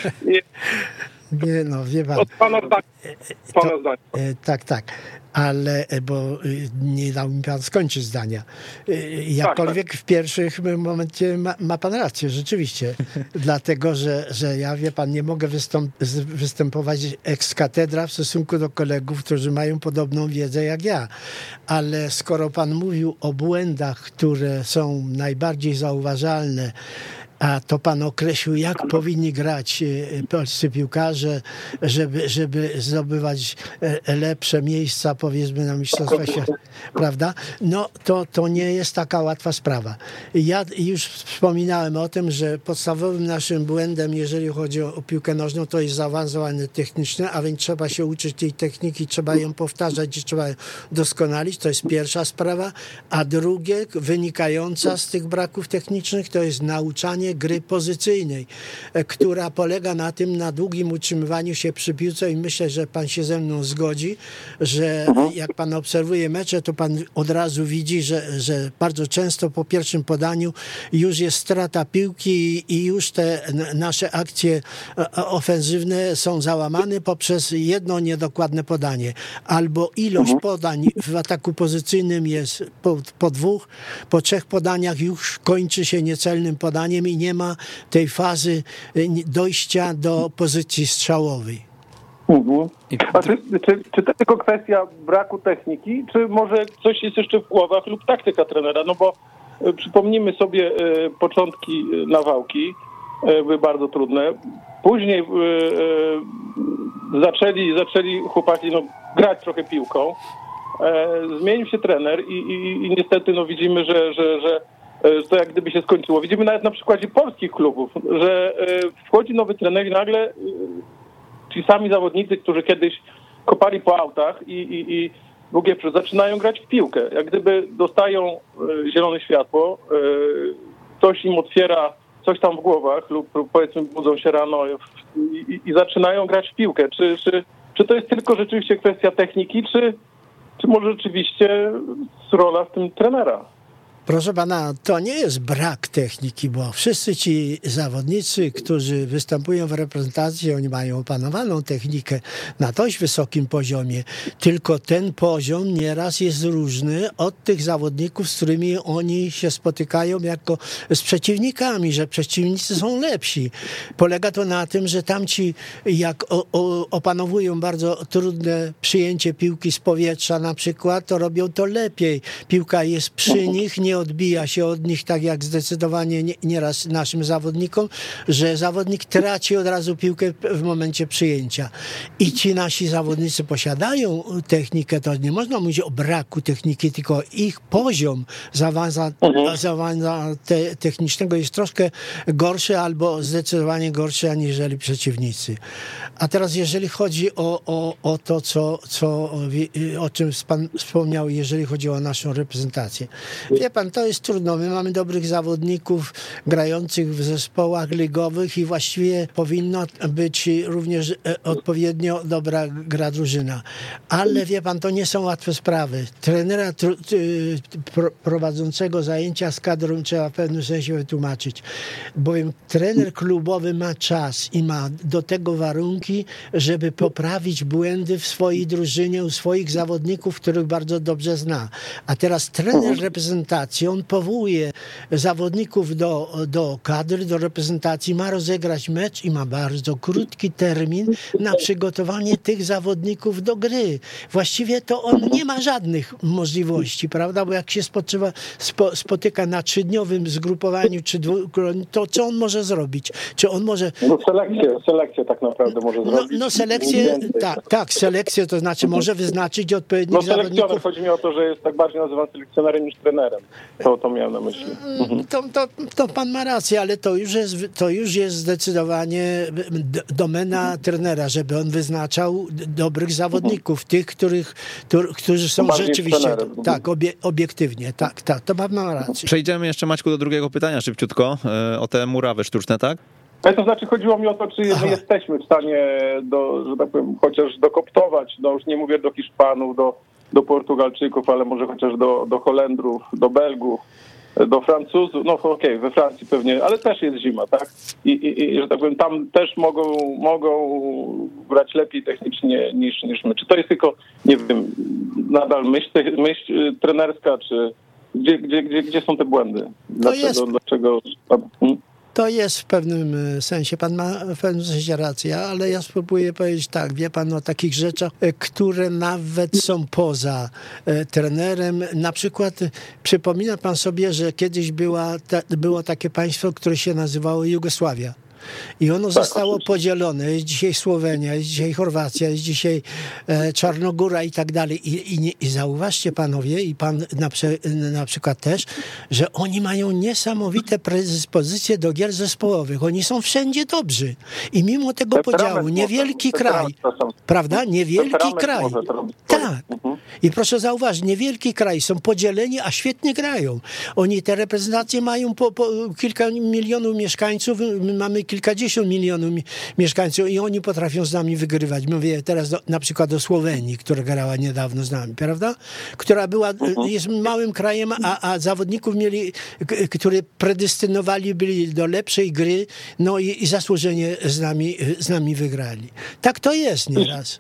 Nie, no wie pan. Od pana zdania. Tak, ale bo nie dał mi pan skończyć zdania. Jakkolwiek w pierwszych momencie ma pan rację, rzeczywiście. Dlatego, że ja, wie pan, nie mogę występować ex cathedra w stosunku do kolegów, którzy mają podobną wiedzę jak ja. Ale skoro pan mówił o błędach, które są najbardziej zauważalne, a to pan określił, jak powinni grać polscy piłkarze, żeby zdobywać lepsze miejsca, powiedzmy, na Mistrzostwach Świata, prawda? No to nie jest taka łatwa sprawa. Ja już wspominałem o tym, że podstawowym naszym błędem, jeżeli chodzi o piłkę nożną, to jest zaawansowanie techniczne, a więc trzeba się uczyć tej techniki, trzeba ją powtarzać i trzeba ją doskonalić. To jest pierwsza sprawa. A drugie, wynikająca z tych braków technicznych, to jest nauczanie gry pozycyjnej, która polega na długim utrzymywaniu się przy piłce i myślę, że pan się ze mną zgodzi, że jak pan obserwuje mecze, to pan od razu widzi, że bardzo często po pierwszym podaniu już jest strata piłki i już te nasze akcje ofensywne są załamane poprzez jedno niedokładne podanie. Albo ilość podań w ataku pozycyjnym jest po dwóch, po trzech podaniach już kończy się niecelnym podaniem i nie ma tej fazy dojścia do pozycji strzałowej. A czy to tylko kwestia braku techniki, czy może coś jest jeszcze w głowach lub taktyka trenera? No bo przypomnijmy sobie początki Nawałki, były bardzo trudne. Później zaczęli chłopaki grać trochę piłką. Zmienił się trener i niestety widzimy, że to jak gdyby się skończyło. Widzimy nawet na przykładzie polskich klubów, że wchodzi nowy trener i nagle ci sami zawodnicy, którzy kiedyś kopali po autach i długie zaczynają grać w piłkę. Jak gdyby dostają zielone światło, ktoś im otwiera coś tam w głowach lub powiedzmy budzą się rano i zaczynają grać w piłkę. Czy to jest tylko rzeczywiście kwestia techniki, czy może rzeczywiście rola w tym trenera? Proszę pana, to nie jest brak techniki, bo wszyscy ci zawodnicy, którzy występują w reprezentacji, oni mają opanowaną technikę na dość wysokim poziomie, tylko ten poziom nieraz jest różny od tych zawodników, z którymi oni się spotykają jako z przeciwnikami, że przeciwnicy są lepsi. Polega to na tym, że tamci jak opanowują bardzo trudne przyjęcie piłki z powietrza na przykład, to robią to lepiej. Piłka jest przy nich, nie odbija się od nich, tak jak zdecydowanie nieraz naszym zawodnikom, że zawodnik traci od razu piłkę w momencie przyjęcia. I ci nasi zawodnicy posiadają technikę, to nie można mówić o braku techniki, tylko ich poziom zaawansowania technicznego jest troszkę gorszy albo zdecydowanie gorszy aniżeli przeciwnicy. A teraz jeżeli chodzi o to, o czym pan wspomniał, jeżeli chodzi o naszą reprezentację. Wie pan, to jest trudno. My mamy dobrych zawodników grających w zespołach ligowych i właściwie powinna być również odpowiednio dobra gra drużyna. Ale wie pan, to nie są łatwe sprawy. Trenera prowadzącego zajęcia z kadrą trzeba w pewnym sensie wytłumaczyć. Bowiem trener klubowy ma czas i ma do tego warunki, żeby poprawić błędy w swojej drużynie, u swoich zawodników, których bardzo dobrze zna. A teraz trener reprezentacji, on powołuje zawodników do kadry, do reprezentacji, ma rozegrać mecz i ma bardzo krótki termin na przygotowanie tych zawodników do gry. Właściwie to on nie ma żadnych możliwości, prawda? Bo jak się spotyka na 3-dniowym zgrupowaniu, to co on może zrobić? Czy on może... No selekcję tak naprawdę może zrobić. No selekcję, tak, selekcję, to znaczy może wyznaczyć odpowiednich zawodników. Chodzi mi o to, że jest tak bardziej nazywany selekcjonerem niż trenerem. To miałem na myśli. To pan ma rację, ale to już jest zdecydowanie domena trenera, żeby on wyznaczał dobrych zawodników, tych, którzy są rzeczywiście obiektywnie. Tak, to pan ma rację. Przejdziemy jeszcze, Maćku, do drugiego pytania szybciutko, o te murawy sztuczne, tak? To znaczy chodziło mi o to, czy my jesteśmy w stanie, że tak powiem, chociaż dokoptować, już nie mówię do Hiszpanów, do Portugalczyków, ale może chociaż do Holendrów, do Belgów, do Francuzów, we Francji pewnie, ale też jest zima, tak? I że tak powiem, tam też mogą grać lepiej technicznie niż my. Czy to jest tylko, nie wiem, nadal myśl trenerska, czy gdzie są te błędy? Dlaczego? To jest w pewnym sensie, pan ma w pewnym sensie rację, ale ja spróbuję powiedzieć tak, wie pan o takich rzeczach, które nawet są poza trenerem. Na przykład przypomina pan sobie, że kiedyś było takie państwo, które się nazywało Jugosławia. I ono zostało podzielone. Jest dzisiaj Słowenia, jest dzisiaj Chorwacja, jest dzisiaj Czarnogóra i tak dalej. I zauważcie panowie, i pan na przykład też, że oni mają niesamowite predyspozycje do gier zespołowych. Oni są wszędzie dobrzy. I mimo tego podziału, niewielki kraj, prawda? Niewielki kraj. Tak. I proszę zauważyć, niewielki kraj, są podzieleni, a świetnie grają. Oni te reprezentacje mają po kilka milionów mieszkańców, my mamy kilkadziesiąt milionów mieszkańców i oni potrafią z nami wygrywać. Mówię teraz na przykład o Słowenii, która grała niedawno z nami, prawda? Która jest małym krajem, a zawodników mieli, którzy predestynowali byli do lepszej gry, no i zasłużenie z nami wygrali. Tak to jest nieraz.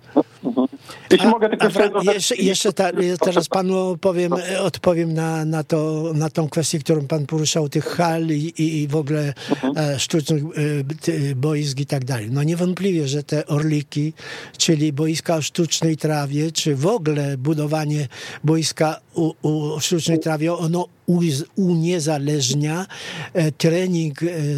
Jeszcze teraz panu odpowiem na tą kwestię, którą pan poruszał, tych hal i w ogóle sztucznych boisk i tak dalej. No niewątpliwie, że te orliki, czyli boiska o sztucznej trawie, czy w ogóle budowanie boiska o sztucznej trawie, ono uniezależnia trening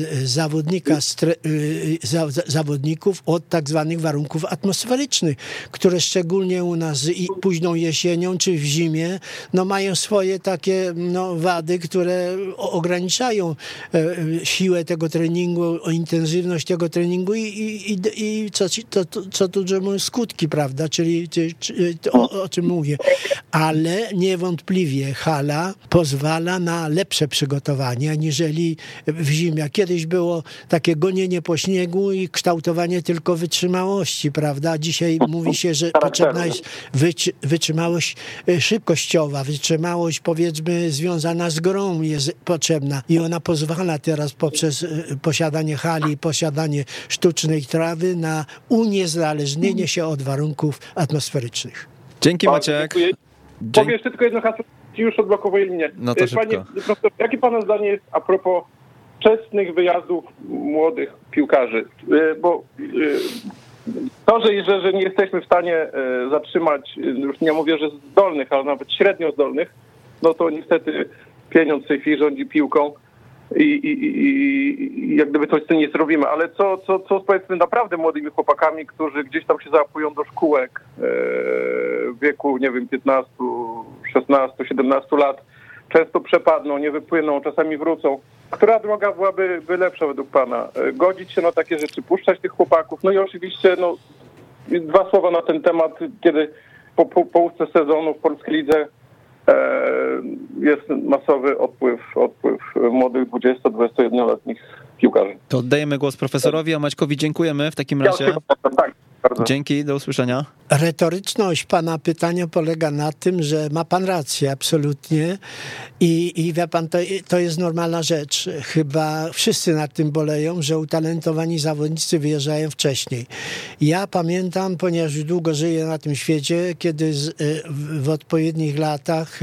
zawodników od tak zwanych warunków atmosferycznych, które szczególnie u nas i późną jesienią czy w zimie mają swoje takie wady, które ograniczają siłę tego treningu, intensywność tego treningu i co tu mówię, skutki, prawda, czyli o czym mówię. Ale niewątpliwie hala pozwala pozwala na lepsze przygotowanie, aniżeli w zimie. Kiedyś było takie gonienie po śniegu i kształtowanie tylko wytrzymałości, prawda? Dzisiaj mówi się, że potrzebna jest wytrzymałość szybkościowa, wytrzymałość, powiedzmy, związana z grą jest potrzebna i ona pozwala teraz poprzez posiadanie hali, posiadanie sztucznej trawy na uniezależnienie się od warunków atmosferycznych. Dzięki, Maciek. Powiem jeszcze tylko jedno hasło, już odblokowuję linię. No to szybko. Panie profesor, jakie pana zdanie jest a propos wczesnych wyjazdów młodych piłkarzy? Bo to, że nie jesteśmy w stanie zatrzymać, już nie mówię, że zdolnych, ale nawet średnio zdolnych, no to niestety pieniądz w tej chwili rządzi piłką i jak gdyby coś z tym nie zrobimy. Ale co z powiedzmy naprawdę młodymi chłopakami, którzy gdzieś tam się zaapują do szkółek w wieku, nie wiem, 15, 16, 17 lat, często przepadną, nie wypłyną, czasami wrócą. Która droga byłaby lepsza według pana? Godzić się na takie rzeczy, puszczać tych chłopaków? No i oczywiście, dwa słowa na ten temat, kiedy po połówce sezonu w polskiej lidze jest masowy odpływ młodych 20-21-letnich piłkarzy. To oddajemy głos profesorowi, a Maćkowi dziękujemy w takim razie. Tak, bardzo. Dzięki, do usłyszenia. Retoryczność pana pytania polega na tym, że ma pan rację absolutnie i wie pan, to jest normalna rzecz. Chyba wszyscy nad tym boleją, że utalentowani zawodnicy wyjeżdżają wcześniej. Ja pamiętam, ponieważ długo żyję na tym świecie, kiedy w odpowiednich latach,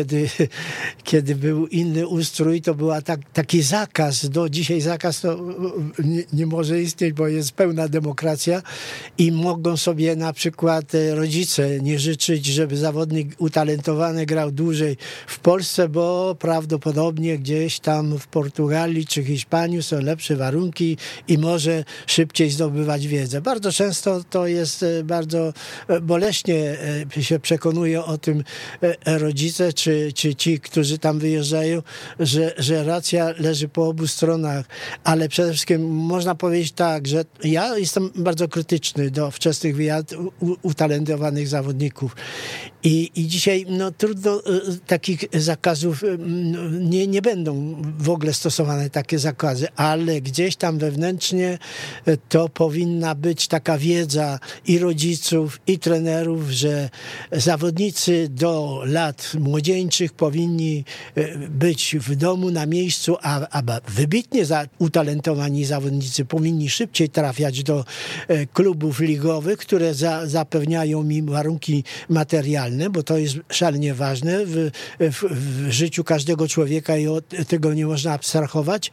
kiedy był inny ustrój, to był taki zakaz. Do dzisiaj zakaz to nie może istnieć, bo jest pełna demokracja i mogą sobie na przykład rodzice nie życzyć, żeby zawodnik utalentowany grał dłużej w Polsce, bo prawdopodobnie gdzieś tam w Portugalii czy Hiszpanii są lepsze warunki i może szybciej zdobywać wiedzę. Bardzo często to jest bardzo boleśnie się przekonuje o tym rodzice czy ci, którzy tam wyjeżdżają, że racja leży po obu stronach, ale przede wszystkim można powiedzieć tak, że ja jestem bardzo krytyczny do wczesnych wyjazdów utalentowanych zawodników. I dzisiaj trudno takich zakazów, nie będą w ogóle stosowane takie zakazy, ale gdzieś tam wewnętrznie to powinna być taka wiedza i rodziców, i trenerów, że zawodnicy do lat młodzieńczych powinni być w domu, na miejscu, a wybitnie utalentowani zawodnicy powinni szybciej trafiać do klubów ligowych, które zapewniają im warunki materialne, bo to jest szalenie ważne w życiu każdego człowieka i od tego nie można abstrahować,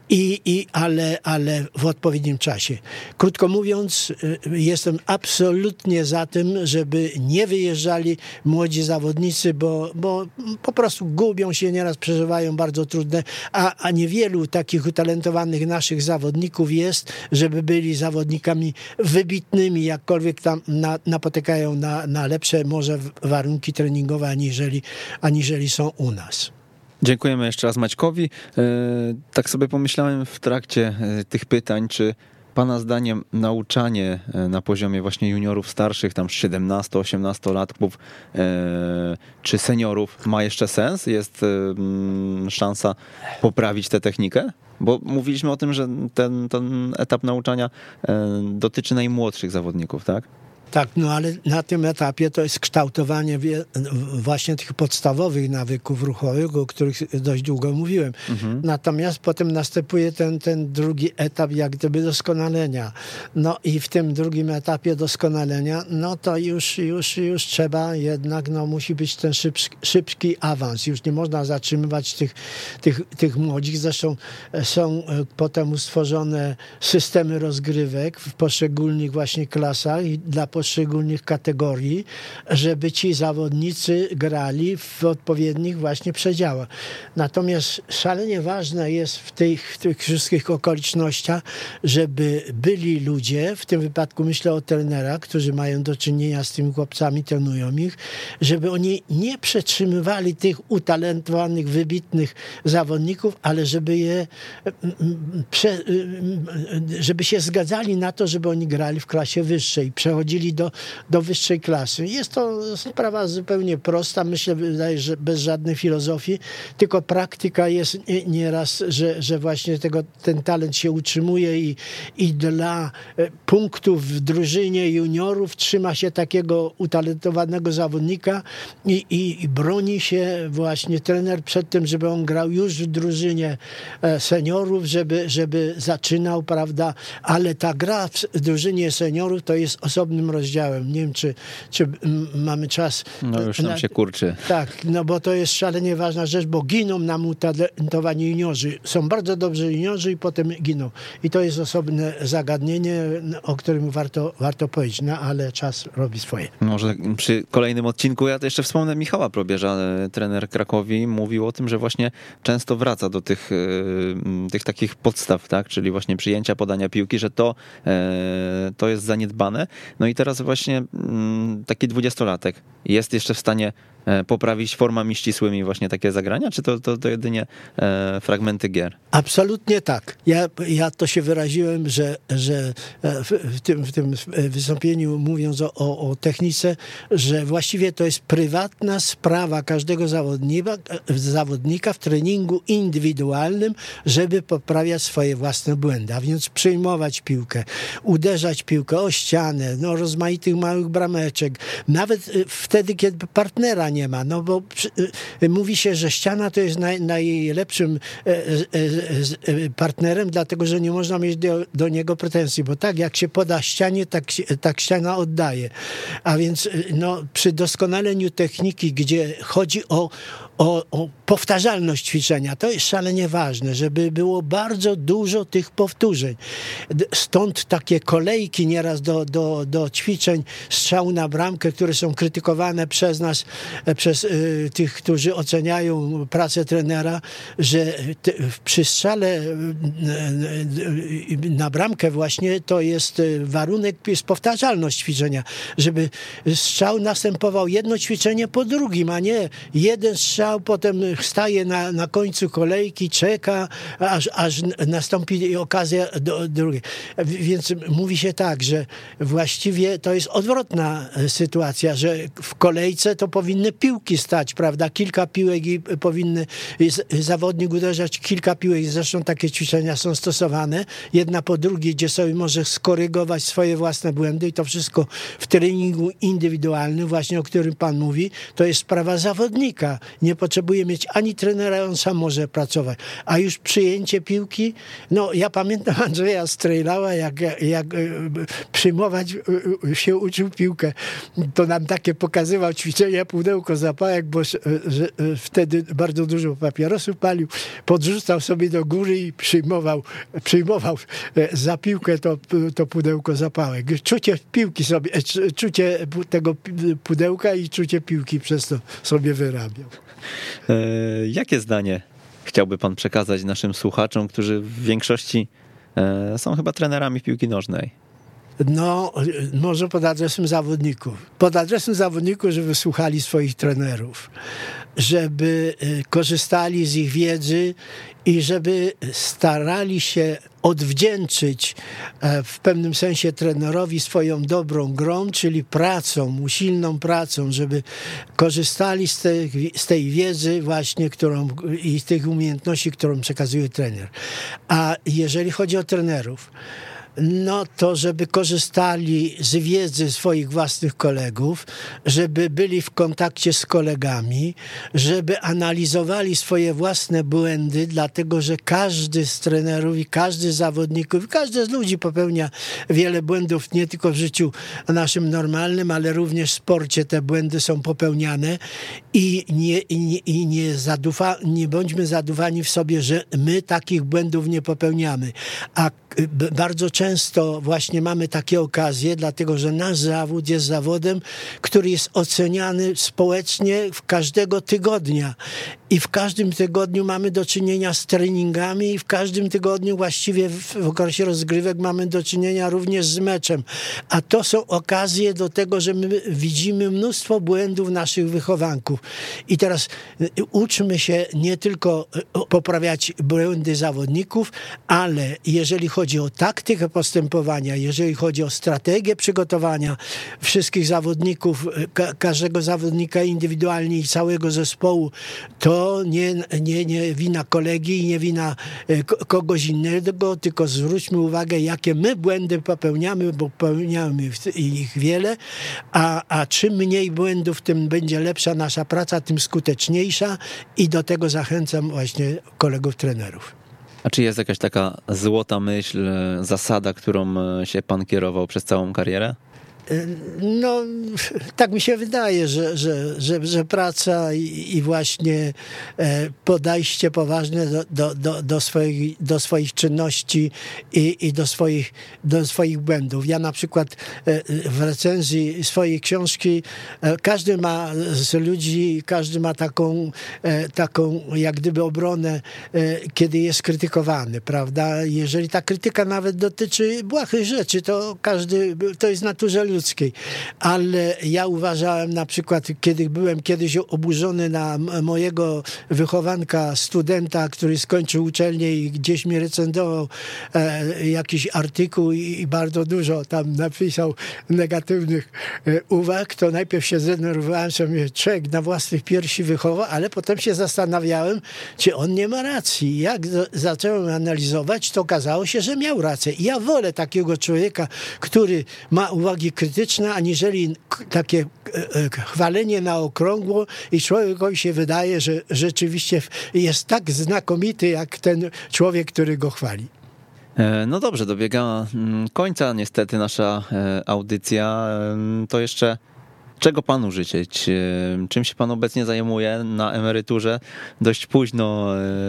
ale w odpowiednim czasie. Krótko mówiąc, jestem absolutnie za tym, żeby nie wyjeżdżali młodzi zawodnicy, bo po prostu gubią się, nieraz przeżywają bardzo trudne, a niewielu takich utalentowanych naszych zawodników jest, żeby byli zawodnikami wybitnymi, jakkolwiek tam napotykają na lepsze może warunki treningowe, aniżeli są u nas. Dziękujemy jeszcze raz Maćkowi. Tak sobie pomyślałem w trakcie tych pytań, czy pana zdaniem nauczanie na poziomie właśnie juniorów starszych, tam 17-18 latków, czy seniorów ma jeszcze sens? Jest szansa poprawić tę technikę? Bo mówiliśmy o tym, że ten etap nauczania dotyczy najmłodszych zawodników, tak? Tak, ale na tym etapie to jest kształtowanie właśnie tych podstawowych nawyków ruchowych, o których dość długo mówiłem. Natomiast potem następuje ten drugi etap jak gdyby doskonalenia. I w tym drugim etapie doskonalenia, to już trzeba jednak, musi być ten szybki awans. Już nie można zatrzymywać tych młodzich. Zresztą są potem stworzone systemy rozgrywek w poszczególnych właśnie klasach i dla poszczególnych kategorii, żeby ci zawodnicy grali w odpowiednich właśnie przedziałach. Natomiast szalenie ważne jest w tych wszystkich okolicznościach, żeby byli ludzie, w tym wypadku myślę o trenerach, którzy mają do czynienia z tymi chłopcami, trenują ich, żeby oni nie przetrzymywali tych utalentowanych, wybitnych zawodników, ale żeby się zgadzali na to, żeby oni grali w klasie wyższej, przechodzili przechodzi do wyższej klasy. Jest to sprawa zupełnie prosta, myślę, wydaje, że bez żadnej filozofii, tylko praktyka jest nieraz, że właśnie ten talent się utrzymuje i dla punktów w drużynie juniorów trzyma się takiego utalentowanego zawodnika i broni się właśnie trener przed tym, żeby on grał już w drużynie seniorów, żeby zaczynał, prawda, ale ta gra w drużynie seniorów to jest osobnym rozdziałem. Nie wiem, czy mamy czas. No już nam się kurczy. Tak, no bo to jest szalenie ważna rzecz, bo giną nam utalentowani juniorzy. Są bardzo dobrzy juniorzy i potem giną. I to jest osobne zagadnienie, o którym warto powiedzieć, no ale czas robi swoje. Może przy kolejnym odcinku ja to jeszcze wspomnę Michała Probierza, trener Krakowi, mówił o tym, że właśnie często wraca do tych takich podstaw, tak? Czyli właśnie przyjęcia, podania piłki, że to jest zaniedbane. No i teraz właśnie taki 20-latek jest jeszcze w stanie poprawić formami ścisłymi właśnie takie zagrania, czy to jedynie fragmenty gier? Absolutnie tak. Ja to się wyraziłem, że w tym wystąpieniu, mówiąc o technice, że właściwie to jest prywatna sprawa każdego zawodnika w treningu indywidualnym, żeby poprawiać swoje własne błędy, a więc przyjmować piłkę, uderzać piłkę o ścianę, rozmaitych małych brameczek, nawet wtedy, kiedy partnera nie ma, no bo mówi się, że ściana to jest najlepszym partnerem, dlatego, że nie można mieć do niego pretensji, bo tak jak się poda ścianie, tak ściana oddaje. A więc przy doskonaleniu techniki, gdzie chodzi o powtarzalność ćwiczenia, to jest szalenie ważne, żeby było bardzo dużo tych powtórzeń. Stąd takie kolejki nieraz do ćwiczeń, strzał na bramkę, które są krytykowane przez nas, przez tych, którzy oceniają pracę trenera, że przy strzale na bramkę właśnie to jest warunek, jest powtarzalność ćwiczenia, żeby strzał następował jedno ćwiczenie po drugim, a nie jeden strzał, potem staje na końcu kolejki, czeka, aż nastąpi okazja drugiej. Więc mówi się tak, że właściwie to jest odwrotna sytuacja, że w kolejce to powinny piłki stać, prawda? Kilka piłek i powinny zawodnik uderzać kilka piłek. Zresztą takie ćwiczenia są stosowane, jedna po drugiej, gdzie sobie może skorygować swoje własne błędy i to wszystko w treningu indywidualnym, właśnie o którym pan mówi, to jest sprawa zawodnika. Nie potrzebuje mieć ani trenera, on sam może pracować. A już przyjęcie piłki, ja pamiętam Andrzeja Strejlała, jak przyjmować się uczył piłkę. To nam takie pokazywał ćwiczenia, pudełko zapałek, bo wtedy bardzo dużo papierosów palił, podrzucał sobie do góry i przyjmował za piłkę to pudełko zapałek. Czucie piłki sobie, czucie tego pudełka i czucie piłki przez to sobie wyrabiał. Jakie zdanie chciałby pan przekazać naszym słuchaczom, którzy w większości są chyba trenerami piłki nożnej? Może pod adresem zawodników. Pod adresem zawodników, żeby słuchali swoich trenerów, żeby korzystali z ich wiedzy i żeby starali się odwdzięczyć w pewnym sensie trenerowi swoją dobrą grą, czyli pracą, usilną pracą, żeby korzystali z tej wiedzy właśnie, i z tych umiejętności, którą przekazuje trener. A jeżeli chodzi o trenerów, to żeby korzystali z wiedzy swoich własnych kolegów, żeby byli w kontakcie z kolegami, żeby analizowali swoje własne błędy, dlatego że każdy z trenerów i każdy z zawodników, każdy z ludzi popełnia wiele błędów, nie tylko w życiu naszym normalnym, ale również w sporcie te błędy są popełniane i nie bądźmy zadufani w sobie, że my takich błędów nie popełniamy. A bardzo często właśnie mamy takie okazje, dlatego że nasz zawód jest zawodem, który jest oceniany społecznie każdego tygodnia. I w każdym tygodniu mamy do czynienia z treningami i w każdym tygodniu właściwie w okresie rozgrywek mamy do czynienia również z meczem. A to są okazje do tego, że my widzimy mnóstwo błędów naszych wychowanków. I teraz uczmy się nie tylko poprawiać błędy zawodników, ale jeżeli chodzi chodzi o taktykę postępowania, jeżeli chodzi o strategię przygotowania wszystkich zawodników, każdego zawodnika indywidualnie i całego zespołu, to nie wina kolegi i nie wina kogoś innego, tylko zwróćmy uwagę, jakie my błędy popełniamy, bo popełniamy ich wiele, a czym mniej błędów, tym będzie lepsza nasza praca, tym skuteczniejsza i do tego zachęcam właśnie kolegów trenerów. A czy jest jakaś taka złota myśl, zasada, którą się pan kierował przez całą karierę? No, tak mi się wydaje, że praca i właśnie podejście poważne do swoich czynności i do swoich błędów. Ja na przykład w recenzji swojej książki, każdy ma z ludzi, każdy ma taką jak gdyby obronę, kiedy jest krytykowany, prawda? Jeżeli ta krytyka nawet dotyczy błahych rzeczy, to jest w naturze ludzkiej. Ale ja uważałem na przykład, kiedy byłem kiedyś oburzony na mojego wychowanka, studenta, który skończył uczelnię i gdzieś mi recenzował jakiś artykuł i bardzo dużo tam napisał negatywnych uwag, to najpierw się zdenerwowałem, że mnie człowiek na własnych piersi wychował, ale potem się zastanawiałem, czy on nie ma racji. Jak zacząłem analizować, to okazało się, że miał rację. I ja wolę takiego człowieka, który ma uwagi krytyczne, aniżeli takie chwalenie na okrągło i człowiekowi się wydaje, że rzeczywiście jest tak znakomity, jak ten człowiek, który go chwali. No dobrze, dobiega końca niestety nasza audycja. To jeszcze czego panu życzyć? Czym się pan obecnie zajmuje na emeryturze? Dość późno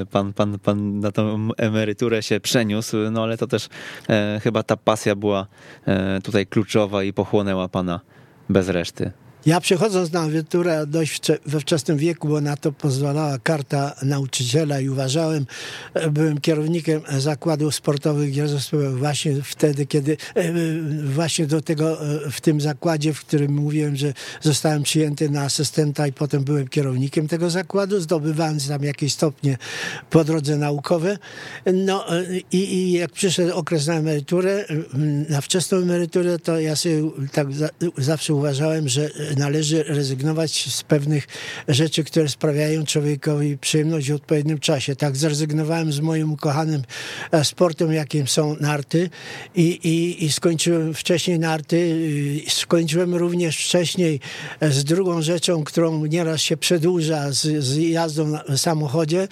pan na tą emeryturę się przeniósł, no ale to też chyba ta pasja była tutaj kluczowa i pochłonęła pana bez reszty. Ja przechodząc na emeryturę dość we wczesnym wieku, bo na to pozwalała karta nauczyciela i byłem kierownikiem zakładów sportowych właśnie wtedy, kiedy właśnie do tego w tym zakładzie, w którym mówiłem, że zostałem przyjęty na asystenta i potem byłem kierownikiem tego zakładu, zdobywając tam jakieś stopnie po drodze naukowe. No i jak przyszedł okres na emeryturę, na wczesną emeryturę, to ja sobie tak zawsze uważałem, że należy rezygnować z pewnych rzeczy, które sprawiają człowiekowi przyjemność w odpowiednim czasie. Tak zrezygnowałem z moim ukochanym sportem, jakim są narty i skończyłem wcześniej narty. Skończyłem również wcześniej z drugą rzeczą, którą nieraz się przedłuża z jazdą w samochodzie.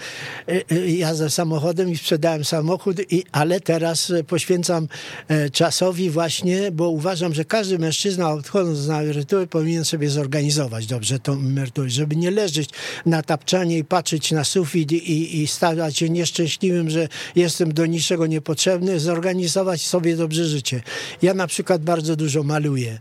Jazdę samochodem i sprzedałem samochód, ale teraz poświęcam czasowi właśnie, bo uważam, że każdy mężczyzna odchodząc na emeryturę powinien sobie zorganizować dobrze tą emeryturę, żeby nie leżeć na tapczanie i patrzeć na sufit i stawać się nieszczęśliwym, że jestem do niczego niepotrzebny, zorganizować sobie dobrze życie. Ja na przykład bardzo dużo maluję.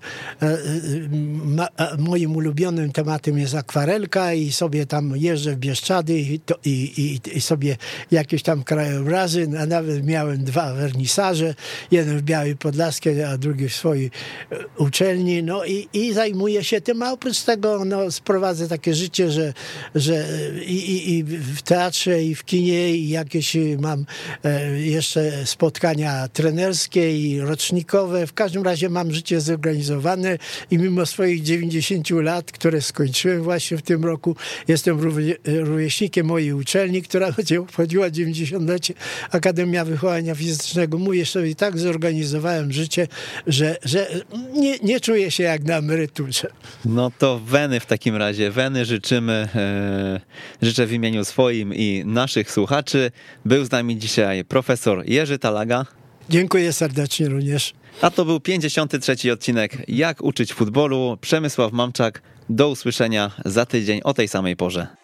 Moim ulubionym tematem jest akwarelka i sobie tam jeżdżę w Bieszczady i sobie jakieś tam krajobrazy, a nawet miałem 2 wernisaże, jeden w Białej Podlaskiej, a drugi w swojej uczelni, no i zajmuję się tym, a oprócz tego sprowadzę takie życie, że i w teatrze, i w kinie, i jakieś mam jeszcze spotkania trenerskie i rocznikowe. W każdym razie mam życie zorganizowane i mimo swoich 90 lat, które skończyłem właśnie w tym roku, jestem rówieśnikiem mojej uczelni, która obchodziła 90-lecie Akademia Wychowania Fizycznego. Mówię sobie, tak zorganizowałem życie, że nie czuję się jak na emeryturze. No to weny w takim razie, weny życzymy, życzę w imieniu swoim i naszych słuchaczy. Był z nami dzisiaj profesor Jerzy Talaga. Dziękuję serdecznie również. A to był 53. odcinek Jak uczyć futbolu. Przemysław Mamczak. Do usłyszenia za tydzień o tej samej porze.